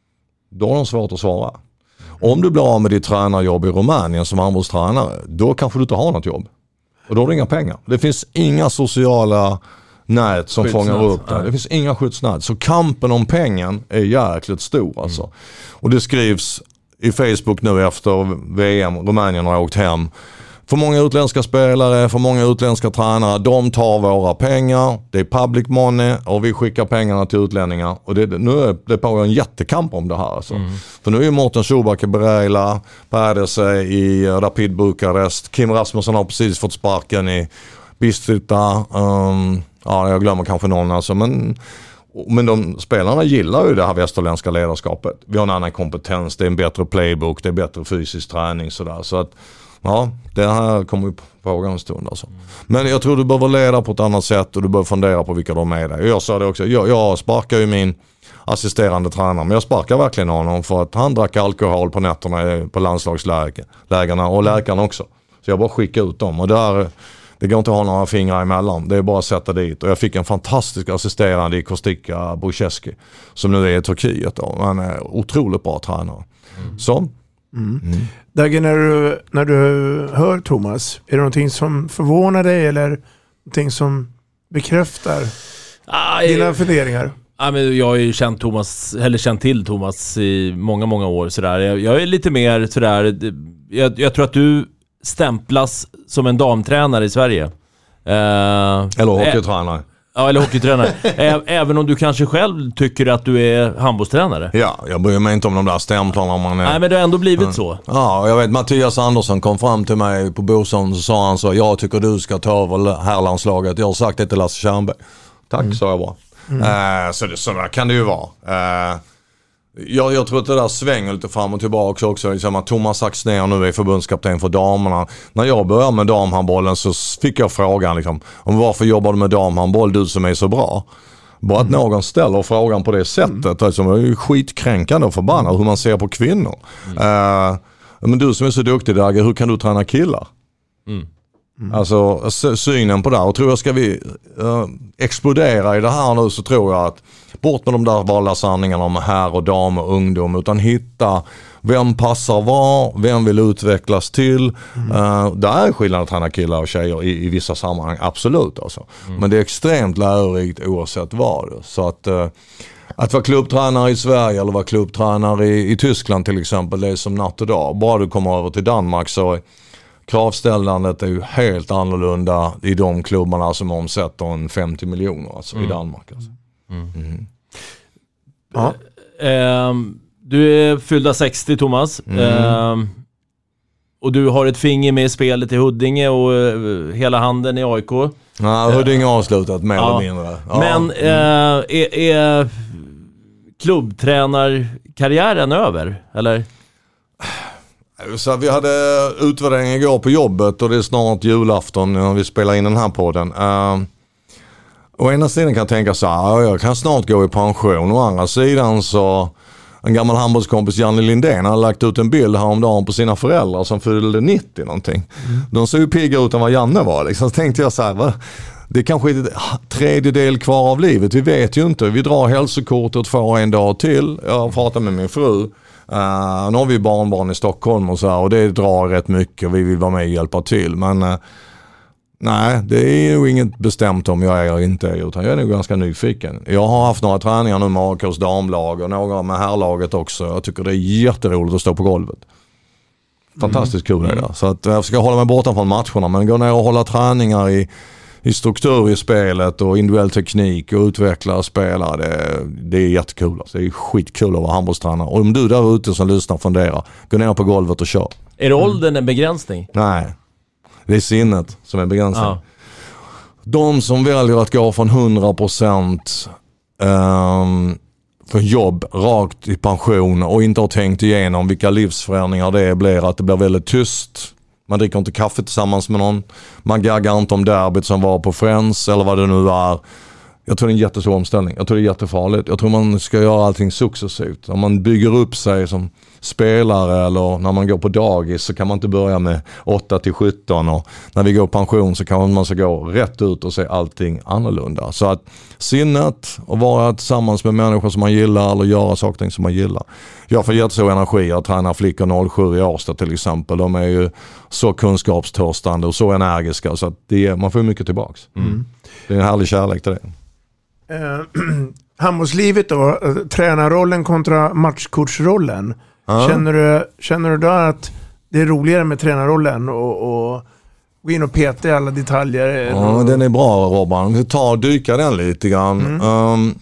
Då är de svårt att svara. Om du blir av med ditt tränarjobb i Rumänien som handbollstränare, då kanske du inte har något jobb. Och då har du inga pengar. Det finns inga sociala nät som skyddsnät. Fångar upp det. Det finns inga skyddsnät. Så kampen om pengen är jäkligt stor alltså. Mm. Och det skrivs i Facebook nu efter V M, Rumänien har åkt hem. För många utländska spelare, för många utländska tränare, de tar våra pengar, det är public money och vi skickar pengarna till utlänningar. Och det, nu är det på en jättekamp om det här. Alltså. Mm. För nu är Mårten Subak i Berela, Perdese i Rapid Bukarest, Kim Rasmussen har precis fått sparken i Bistrita, um, ja jag glömmer kanske någon alltså, men... Men de spelarna gillar ju det här västerländska ledarskapet. Vi har en annan kompetens, det är en bättre playbook, det är bättre fysisk träning sådär. Så att ja, det här kommer ju fråga en stund alltså. Men jag tror du behöver leda på ett annat sätt och du behöver fundera på vilka de är där. Jag sa det också, jag, jag sparkar ju min assisterande tränare, men jag sparkar verkligen honom för att han drack alkohol på nätterna på landslagslägarna och läkarna också. Så jag bara skickar ut dem och där... Det går inte att ha några fingrar emellan. Det är bara att sätta dit. Och jag fick en fantastisk assisterande i Kostika Bucheski som nu är i Turkiet. Då. Han är otroligt bra tränare. Mm. Så. Mm. Mm. Dagge, när du, när du hör Thomas, är det någonting som förvånar dig eller någonting som bekräftar ah, dina jag, funderingar? Ja, men jag har ju känt, Thomas, eller känt till Thomas i många, många år. Sådär. Jag, jag är lite mer sådär... Jag, jag tror att du stämplas som en damtränare i Sverige. Eh, eller hockeytränare. Ä- ja, eller hockeytränare. Ä- även om du kanske själv tycker att du är handbollstränare. Ja, jag bryr mig inte om de där stämplarna. Man är... Nej, men det har ändå blivit mm. så. Ja, jag vet, Mattias Andersson kom fram till mig på Bosson och sa han så, jag tycker du ska ta över herrlandslaget. Jag har sagt det till Lasse Tjernberg. Tack, mm. sa jag bara. Mm. Eh, så, det, så där kan det ju vara. Eh, Jag, jag tror att det där svänger lite fram och tillbaka också. Liksom att Thomas Axnér nu är förbundskapten för damerna. När jag började med damhandbollen så fick jag frågan liksom, om varför jobbar du med damhandboll, du som är så bra? Bara att mm. någon ställer frågan på det sättet. Mm. Alltså, det är ju skitkränkande och förbannat hur man ser på kvinnor. Mm. Uh, men du som är så duktig, Dagge, hur kan du träna killar? Mm. Mm. Alltså synen på det här. Och tror jag ska vi uh, explodera i det här nu, så tror jag att bort med de där valda sanningarna om herr och dam och ungdom, utan hitta vem passar var, vem vill utvecklas till. Mm. Uh, där är skillnad att träna killar och tjejer i, i vissa sammanhang, absolut alltså. Mm. Men det är extremt lärorikt oavsett vad. Så att uh, att vara klubbtränare i Sverige eller vara klubbtränare i, i Tyskland till exempel, det är som natt och dag. Bara du kommer över till Danmark så kravställandet är ju helt annorlunda i de klubbarna som omsätter en femtio miljoner alltså, mm. i Danmark. Alltså. Mm. Mm. Ja. Uh, du är fyllda sextio, Thomas. Mm. Uh, och du har ett finger med i spelet i Huddinge och uh, hela handen i A I K. Ja, Huddinge har avslutat mer ja. eller mindre. Ja. Men uh, är, är klubbtränarkarriären över, eller? Så vi hade utvärdering igår på jobbet och det är snart julafton när vi spelar in den här podden. Uh, å ena sidan kan jag tänka så här, jag kan snart gå i pension. Å andra sidan så en gammal handbollskompis, Janne Lindén, har lagt ut en bild häromdagen på sina föräldrar som fyllde nittio någonting. Mm. De såg ju pigga ut än vad Janne var. Liksom. Så tänkte jag så här, va? Det är kanske är en tredjedel kvar av livet. Vi vet ju inte. Vi drar hälsokortet för en dag till. Jag pratar med min fru. Uh, nu har vi barnbarn i Stockholm och så här, och det drar rätt mycket och vi vill vara med och hjälpa till. Men uh, nej, det är nog inget bestämt om jag är eller inte är, utan jag är nog ganska nyfiken. Jag har haft några träningar nu med A K:s damlag och några med herrlaget också. Jag tycker det är jätteroligt att stå på golvet. Fantastiskt kul är det. Så att jag ska hålla mig borta från matcherna, men gå ner och hålla träningar i i struktur i spelet och individuell teknik och utveckla spelare, det, det är jättekul. Alltså. Det är skitkul att vara handbollstränare. Och om du där ute som lyssnar funderar, gå ner på golvet och kör. Är det åldern en begränsning? Nej, det är sinnet som är begränsning. Ja. De som väljer att gå från hundra procent um, för jobb rakt i pension och inte har tänkt igenom vilka livsförändringar det blir, att det blir väldigt tyst. Man dricker inte kaffe tillsammans med någon. Man gaggar inte om derbyt som var på Friends eller vad det nu är. Jag tror det är en jättestor omställning. Jag tror det är jättefarligt. Jag tror man ska göra allting successivt. Om man bygger upp sig som spelare eller när man går på dagis så kan man inte börja med åtta till sjutton, och när vi går pension så kan man så gå rätt ut och se allting annorlunda. Så att sinnet och vara tillsammans med människor som man gillar eller göra saker som man gillar. Jag får jättestor energi. Jag tränar flickor noll sju i Årsta till exempel. De är ju så kunskapstörstande och så energiska så att det, man får mycket tillbaks. Mm. Det är en härlig kärlek till det. Uh, handbollslivet då, tränarrollen kontra matchcoachrollen. Uh. Känner du, känner du då att det är roligare med tränarrollen och, och gå in och peta i alla detaljer? Ja, och... den är bra, Robban. Vi tar och dyka den lite grann. Mm. Um,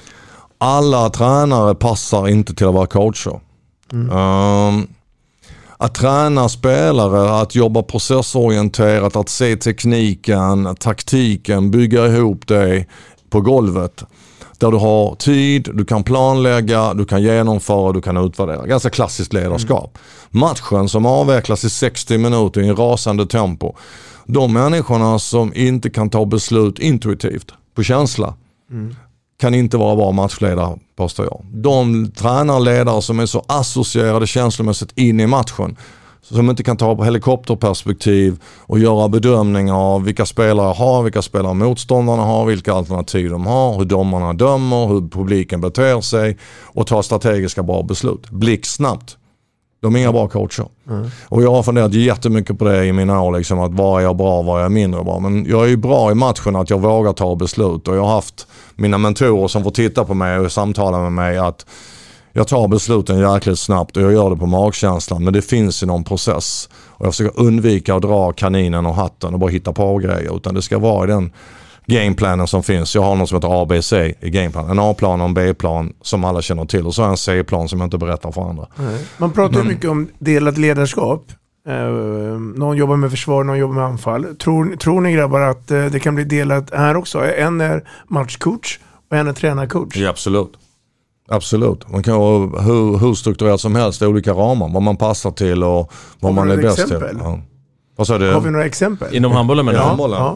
alla tränare passar inte till att vara coacher. Mm. Um, att träna spelare, att jobba processorienterat, att se tekniken, taktiken, bygga ihop dig på golvet. Där du har tid, du kan planlägga, du kan genomföra, du kan utvärdera. Ganska klassiskt ledarskap. Mm. Matchen som avvecklas i sextio minuter i en rasande tempo. De människorna som inte kan ta beslut intuitivt, på känsla, mm. kan inte vara bra matchledare, påstår jag. De tränarledare som är så associerade känslomässigt in i matchen, som inte kan ta på helikopterperspektiv och göra bedömningar av vilka spelare har, vilka spelare motståndarna har, vilka alternativ de har, hur domarna dömer, hur publiken beter sig och ta strategiska bra beslut. Blick snabbt. De är inga bra coacher. Mm. Och jag har funderat jättemycket på det i mina år, liksom, att vad är jag bra, vad är jag mindre bra. Men jag är ju bra i matchen att jag vågar ta beslut, och jag har haft mina mentorer som får titta på mig och samtala med mig att jag tar besluten jäkligt snabbt och jag gör det på magkänslan, men det finns i någon process. Och jag försöker undvika att dra kaninen och hatten och bara hitta på grejer, utan det ska vara i den gameplanen som finns. Jag har något som heter A B C i gameplanen. En A-plan och en B-plan som alla känner till, och så en C-plan som jag inte berättar för andra. Nej. Man pratar ju mycket om delat ledarskap. Eh, någon jobbar med försvar, någon jobbar med anfall. Tror, tror ni grabbar att eh, det kan bli delat här också? En är matchcoach och en är tränarcoach. Ja, absolut. Absolut. Man kan vara hur, hur strukturerat som helst i olika ramar. Vad man passar till och vad man är bäst till. Ja. Vad sa du? Har vi några exempel? Inom handbollen menar ja. handbollen. Ja.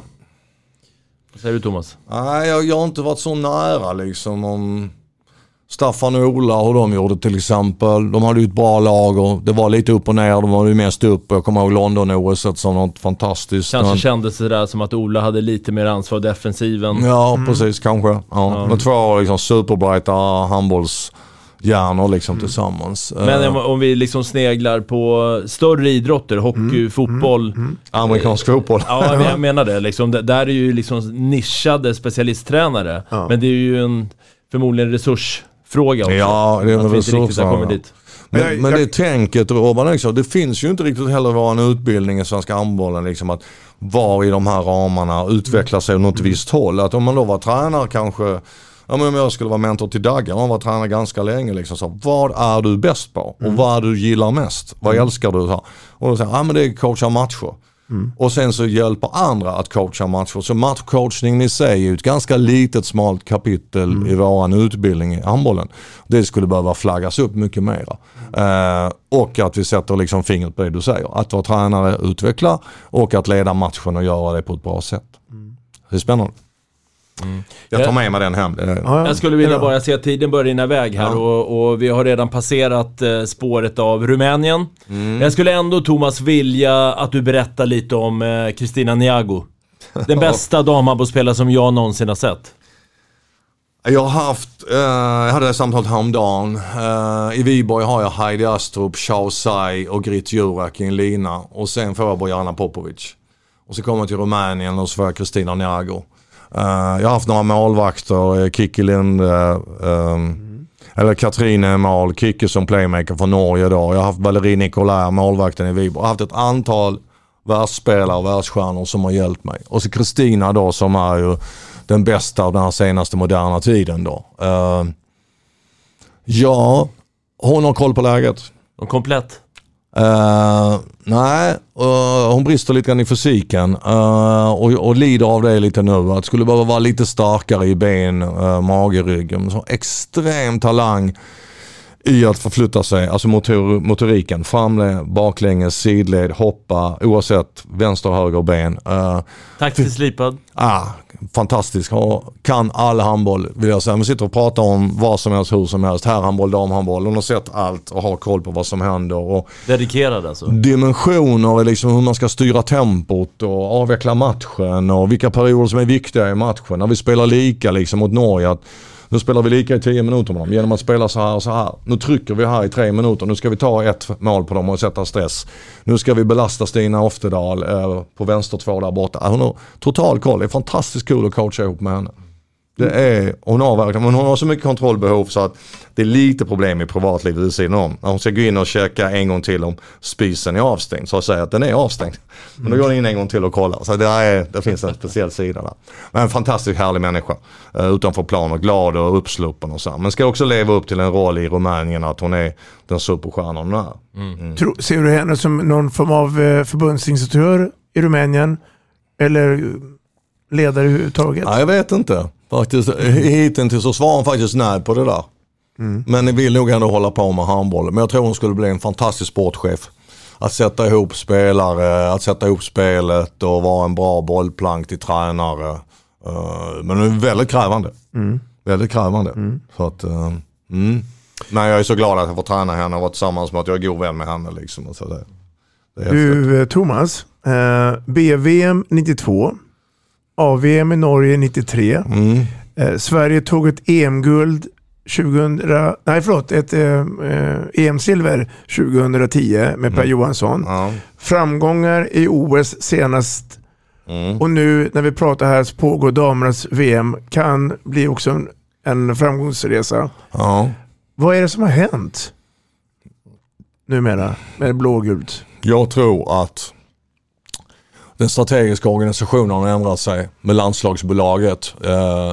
Vad säger du, Thomas? Nej, jag, jag har inte varit så nära liksom om Staffan och Ola, hur de gjorde till exempel. De hade ju ett bra lag och det var lite upp och ner. De var ju mest upp. Jag kommer ihåg London-O S som något fantastiskt. Kanske men... kändes det där som att Ola hade lite mer ansvar defensiven. Ja, mm. precis. Kanske. Ja. Ja. Men två liksom superbrighta handbollshjärnor liksom mm. tillsammans. Men om, om vi liksom sneglar på större idrotter, hockey, mm. fotboll. Mm. Amerikansk fotboll. Ja, men jag menar det. Liksom, där är ju liksom nischade specialisttränare. Ja. Men det är ju en förmodligen resurs fråga också. Ja, det är en resursfråga. Dit. Men, jag, men jag, det tänket, Robban, liksom, det finns ju inte riktigt heller vara en utbildning i svenska handbollen liksom, att vara i de här ramarna, utveckla sig åt något visst håll. Att om man då var tränare kanske Ja, men om jag skulle vara mentor till Dagge, han var tränare ganska länge liksom, så vad är du bäst på? Och mm. vad är du gillar mest? Vad mm. älskar du? Och då säger ja men det är coacha matcher. Mm. Och sen så hjälper andra att coacha matcher. Så matchcoachning i sig är ett ganska litet smalt kapitel mm. i våran utbildning i handbollen. Det skulle behöva flaggas upp mycket mera. Mm. Eh, och att vi sätter liksom fingret på det du säger. Att vara tränare, utveckla och att leda matchen och göra det på ett bra sätt. Mm. Det är spännande. Mm. Jag tar med mig den hem. Jag skulle vilja bara se att tiden börjar rinna iväg här, ja. och, och vi har redan passerat eh, spåret av Rumänien. Mm. Jag skulle ändå, Thomas, vilja att du berättar lite om eh, Kristina Niago. Den bästa damhandbollsspelare som jag någonsin har sett. Jag har haft, eh, jag hade ett samtal häromdagen. Eh, I Viborg har jag Heidi Astrup, Chao Sai och Grit Jurak i en lina. Och sen får jag Bojana Popovic. Och så kommer jag till Rumänien och så får jag Kristina Niago. Uh, jag har haft några målvakter, Kikki Lind, uh, um, mm. eller Katrine Mal, Kikki som playmaker från Norge då. Jag har haft Valerie Nicolai, målvakten i Viborg. Jag har haft ett antal världsspelare och världsstjärnor som har hjälpt mig. Och så Kristina då, som är ju den bästa av den här senaste moderna tiden då. Uh, ja, hon har koll på läget. Och komplett? Uh, nej, uh, hon brister lite grann i fysiken uh, och, och lider av det lite nu. Att skulle behöva vara lite starkare i ben, uh, mageryggen. Så extrem talang i att förflytta sig, alltså motor, motoriken, framled, baklänges, sidled, hoppa, oavsett vänster och höger ben. Uh, Taktiskt slipad. Ah, fantastisk. Ha, kan all handboll, vill jag säga. Man sitter och pratar om vad som helst, hur som helst. Här handboll, damhandboll. Hon har sett allt och har koll på vad som händer. Och dedikerad alltså. Dimensioner, liksom hur man ska styra tempot och avveckla matchen och vilka perioder som är viktiga i matchen. När vi spelar lika liksom mot Norge, att nu spelar vi lika i tio minuter med dem genom att spela så här och så här. Nu trycker vi här i tre minuter. Nu ska vi ta ett mål på dem och sätta stress. Nu ska vi belasta Stina Oftedal eh, på vänster två där borta. Hon har total koll. Det är fantastiskt kul att coacha ihop med henne. Det är, hon har verkligen, men hon har så mycket kontrollbehov så att det är lite problem i privatlivet vid sidan om. När hon ska gå in och checka en gång till om spisen är avstängd, så att säga att den är avstängd. Men då går hon in en gång till och kollar. Så det, är, det finns en speciell sida där. Men en fantastiskt härlig människa. Uh, utanför plan och glad och uppsluppen och så. Men ska också leva upp till en roll i Rumänien att hon är den superstjärnan hon är. Mm. Mm. Tror, ser du henne som någon form av eh, förbundsinstruktör i Rumänien? Eller ledare överhuvudtaget? Nej, jag vet inte. Faktiskt, hittills så svarar hon faktiskt nej på det där. Mm. Men ni vill nog ändå hålla på med handboll. Men jag tror hon skulle bli en fantastisk sportchef. Att sätta ihop spelare, att sätta ihop spelet och vara en bra bollplank till tränare. Uh, men det är väldigt krävande. Mm. Väldigt krävande. Mm. Så att, uh, mm. Men jag är så glad att jag får träna henne och vara tillsammans med att jag är god vän med henne. Liksom, och så det, det är du, Thomas, uh, B V M nittiotvå. A V M i Norge nittiotre. Mm. Eh, Sverige tog ett E M-guld tjugohundra, nej förlåt, ett eh, E M-silver tjugohundratio med mm. Per Johansson. Ja. Framgångar i O S senast. Mm. Och nu när vi pratar här så pågår damernas V M. Kan bli också en, en framgångsresa. Ja. Vad är det som har hänt numera med blågult? Jag tror att den strategiska organisationen har ändrat sig med landslagsbolaget. Eh,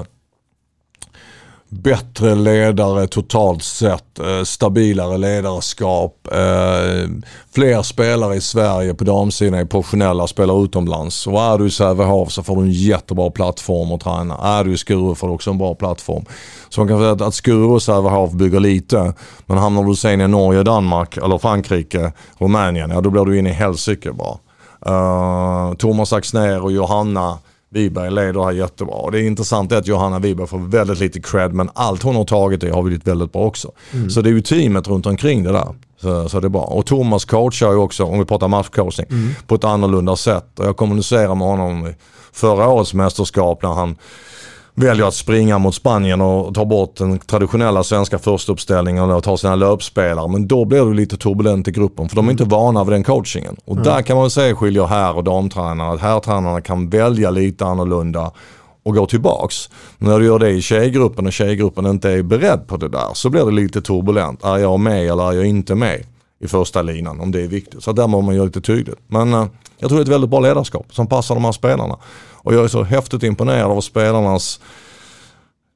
bättre ledare totalt sett, eh, stabilare ledarskap, eh, fler spelare i Sverige på damsidan är professionella, spelar utomlands. Och är du i Sävehof så får du en jättebra plattform att träna. Är du i Skuru får du också en bra plattform. Så man kan säga att, att Skuru och Sävehof bygger lite, men hamnar du sen i Norge, Danmark eller Frankrike, Rumänien, ja då blir du in i helsike bra. Uh, Thomas Axner och Johanna Wiberg leder här jättebra. Och det är intressant att Johanna Wiberg får väldigt lite cred, men allt hon har tagit det har blivit väldigt bra också. Mm. Så det är ju teamet runt omkring det där. Så, så det är bra. Och Thomas coachar ju också, om vi pratar matchcoaching, mm. på ett annorlunda sätt. Och jag kommunicerar med honom i förra årets mästerskap när han väljer att springa mot Spanien och ta bort den traditionella svenska förstauppställningen och ta sina löpspelare. Men då blir det lite turbulent i gruppen för de är inte vana vid den coachingen. Och mm. där kan man säga skiljer här och damtränare. Att herrtränarna kan välja lite annorlunda och gå tillbaks. Men när du gör det i tjejgruppen och tjejgruppen inte är beredd på det där så blir det lite turbulent. Är jag med eller är jag inte med i första linan om det är viktigt. Så där måste man göra lite tydligt. Men uh, jag tror det är ett väldigt bra ledarskap som passar de här spelarna. Och jag är så häftigt imponerad av spelarnas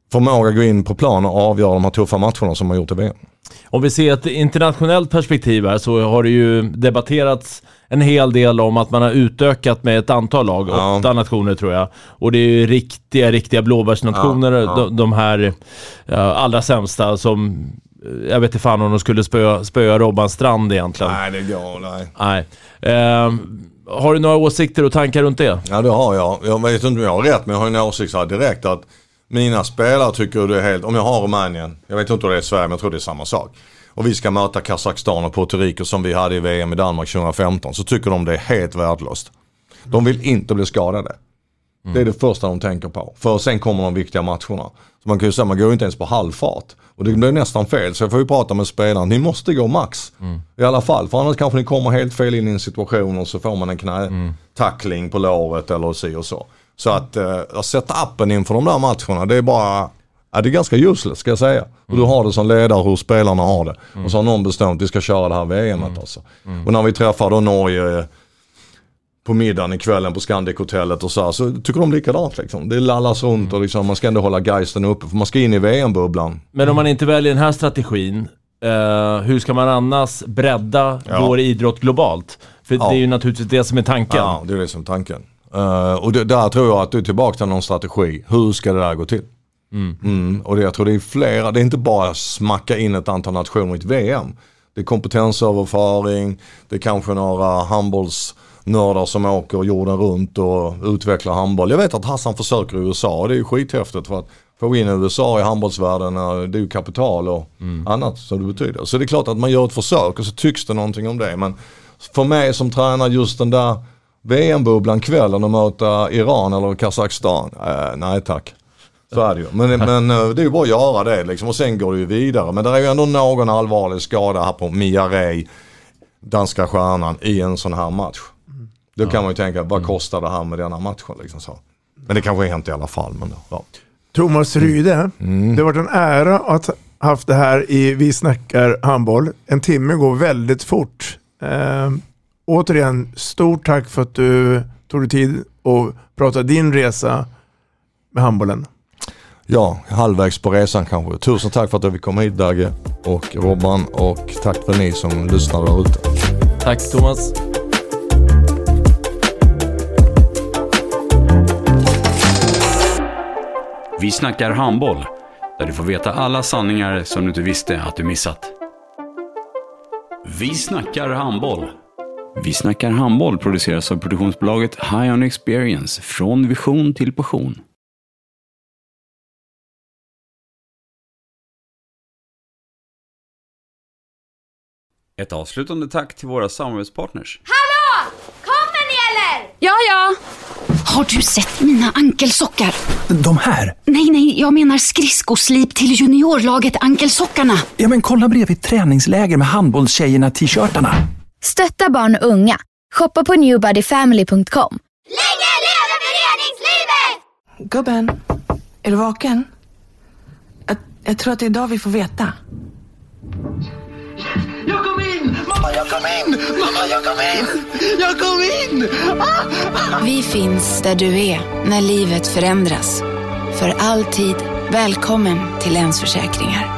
förmåga att gå in på plan och avgöra de här tuffa matcherna som man gjort i V M. Om vi ser ett internationellt perspektiv här så har det ju debatterats en hel del om att man har utökat med ett antal lag, ja. åtta nationer tror jag. Och det är ju riktiga, riktiga blåbärsnationer, ja, ja. De, de här ja, allra sämsta som, jag vet inte fan om de skulle spöa, spöa Robban Strand egentligen. Nej, det går, nej. nej. Eh, har du några åsikter och tankar runt det? Ja, det har jag. Jag vet inte om jag har rätt, men jag har en åsikt så här direkt att mina spelare tycker det är helt, om jag har Rumänien, jag vet inte om det är Sverige men jag tror det är samma sak. Och vi ska möta Kazakstan och Puerto Rico som vi hade i V M i Danmark tjugohundrafemton, så tycker de det är helt värdelöst. De vill inte bli skadade. Mm. Det är det första de tänker på. För sen kommer de viktiga matcherna. Så man kan ju säga, man går inte ens på halvfart. Och det blir nästan fel, så jag får ju prata med spelarna. Ni måste gå max. Mm. I alla fall, för annars kanske ni kommer helt fel in i en situation och så får man en knätackling mm. på låret eller så och så. Så att, uh, att sätta appen inför de där matcherna, det är bara, ja, det är ganska useless ska jag säga. Mm. Och du har det som ledare hur spelarna har det. Mm. Och så har någon bestämt att vi ska köra det här V M-et mm. alltså. Mm. Och när vi träffar då Norge på middagen i kvällen på Scandic-hotellet och så här, så tycker de likadant liksom. Det lallas runt och liksom, man ska ändå hålla geisten uppe för man ska in i V M-bubblan. Men om man inte väljer den här strategin, uh, hur ska man annars bredda ja. vår idrott globalt? För ja. det är ju naturligtvis det som är tanken. Ja, det är det som är tanken. Uh, och det, där tror jag att du är tillbaka till någon strategi. Hur ska det där gå till? Mm. Mm, och det, jag tror det är flera, det är inte bara smacka in ett antal nationer i ett V M. Det är kompetensöverföring, det är kanske några handbollsnördar som åker jorden runt och utvecklar handboll. Jag vet att Hassan försöker i U S A och det är ju skithäftigt för att få in U S A i handbollsvärlden, det är ju kapital och mm. annat som det betyder. Så det är klart att man gör ett försök och så tycks det någonting om det. Men för mig som tränar just den där V M-bubblan kvällen och möta Iran eller Kazakstan, äh, nej tack. Så är det ju. Men, men det är ju bara att göra det liksom. Och sen går det ju vidare. Men det är ju ändå någon allvarlig skada här på Mia Ray, danska stjärnan, i en sån här match. Då kan man ju tänka, vad kostar det här med den här matchen liksom så. Men det kanske är hänt i alla fall. Men ja. Thomas Ryde, mm. det har varit en ära att ha haft det här i Vi snackar handboll. En timme går väldigt fort. Eh, återigen, stort tack för att du tog dig tid och pratade din resa med handbollen. Ja, halvvägs på resan kanske. Tusen tack för att du fick komma hit, Dagge och Robban, och tack för ni som lyssnar där ute. Tack Thomas. Vi snackar handboll, där du får veta alla sanningar som du inte visste att du missat. Vi snackar handboll. Vi snackar handboll produceras av produktionsbolaget High On Experience, från vision till passion. Ett avslutande tack till våra samarbetspartners. Hallå! Kommer ni eller? Ja, ja. Har du sett mina ankelsockar? De här? Nej, nej, jag menar skridskoslip till juniorlaget Ankelsockarna. Ja, men kolla bredvid träningsläger med handbollstjejerna t-shirtarna. Stötta barn och unga. Shoppa på new body family punkt com. Länge leve föreningslivet! Gubben, är du vaken? Jag, jag tror att det är idag vi får veta. Jag kom in! Mamma, jag kom in! Mamma, jag kom in! Jag kom in! Ah! Vi finns där du är när livet förändras. För alltid välkommen till Länsförsäkringar.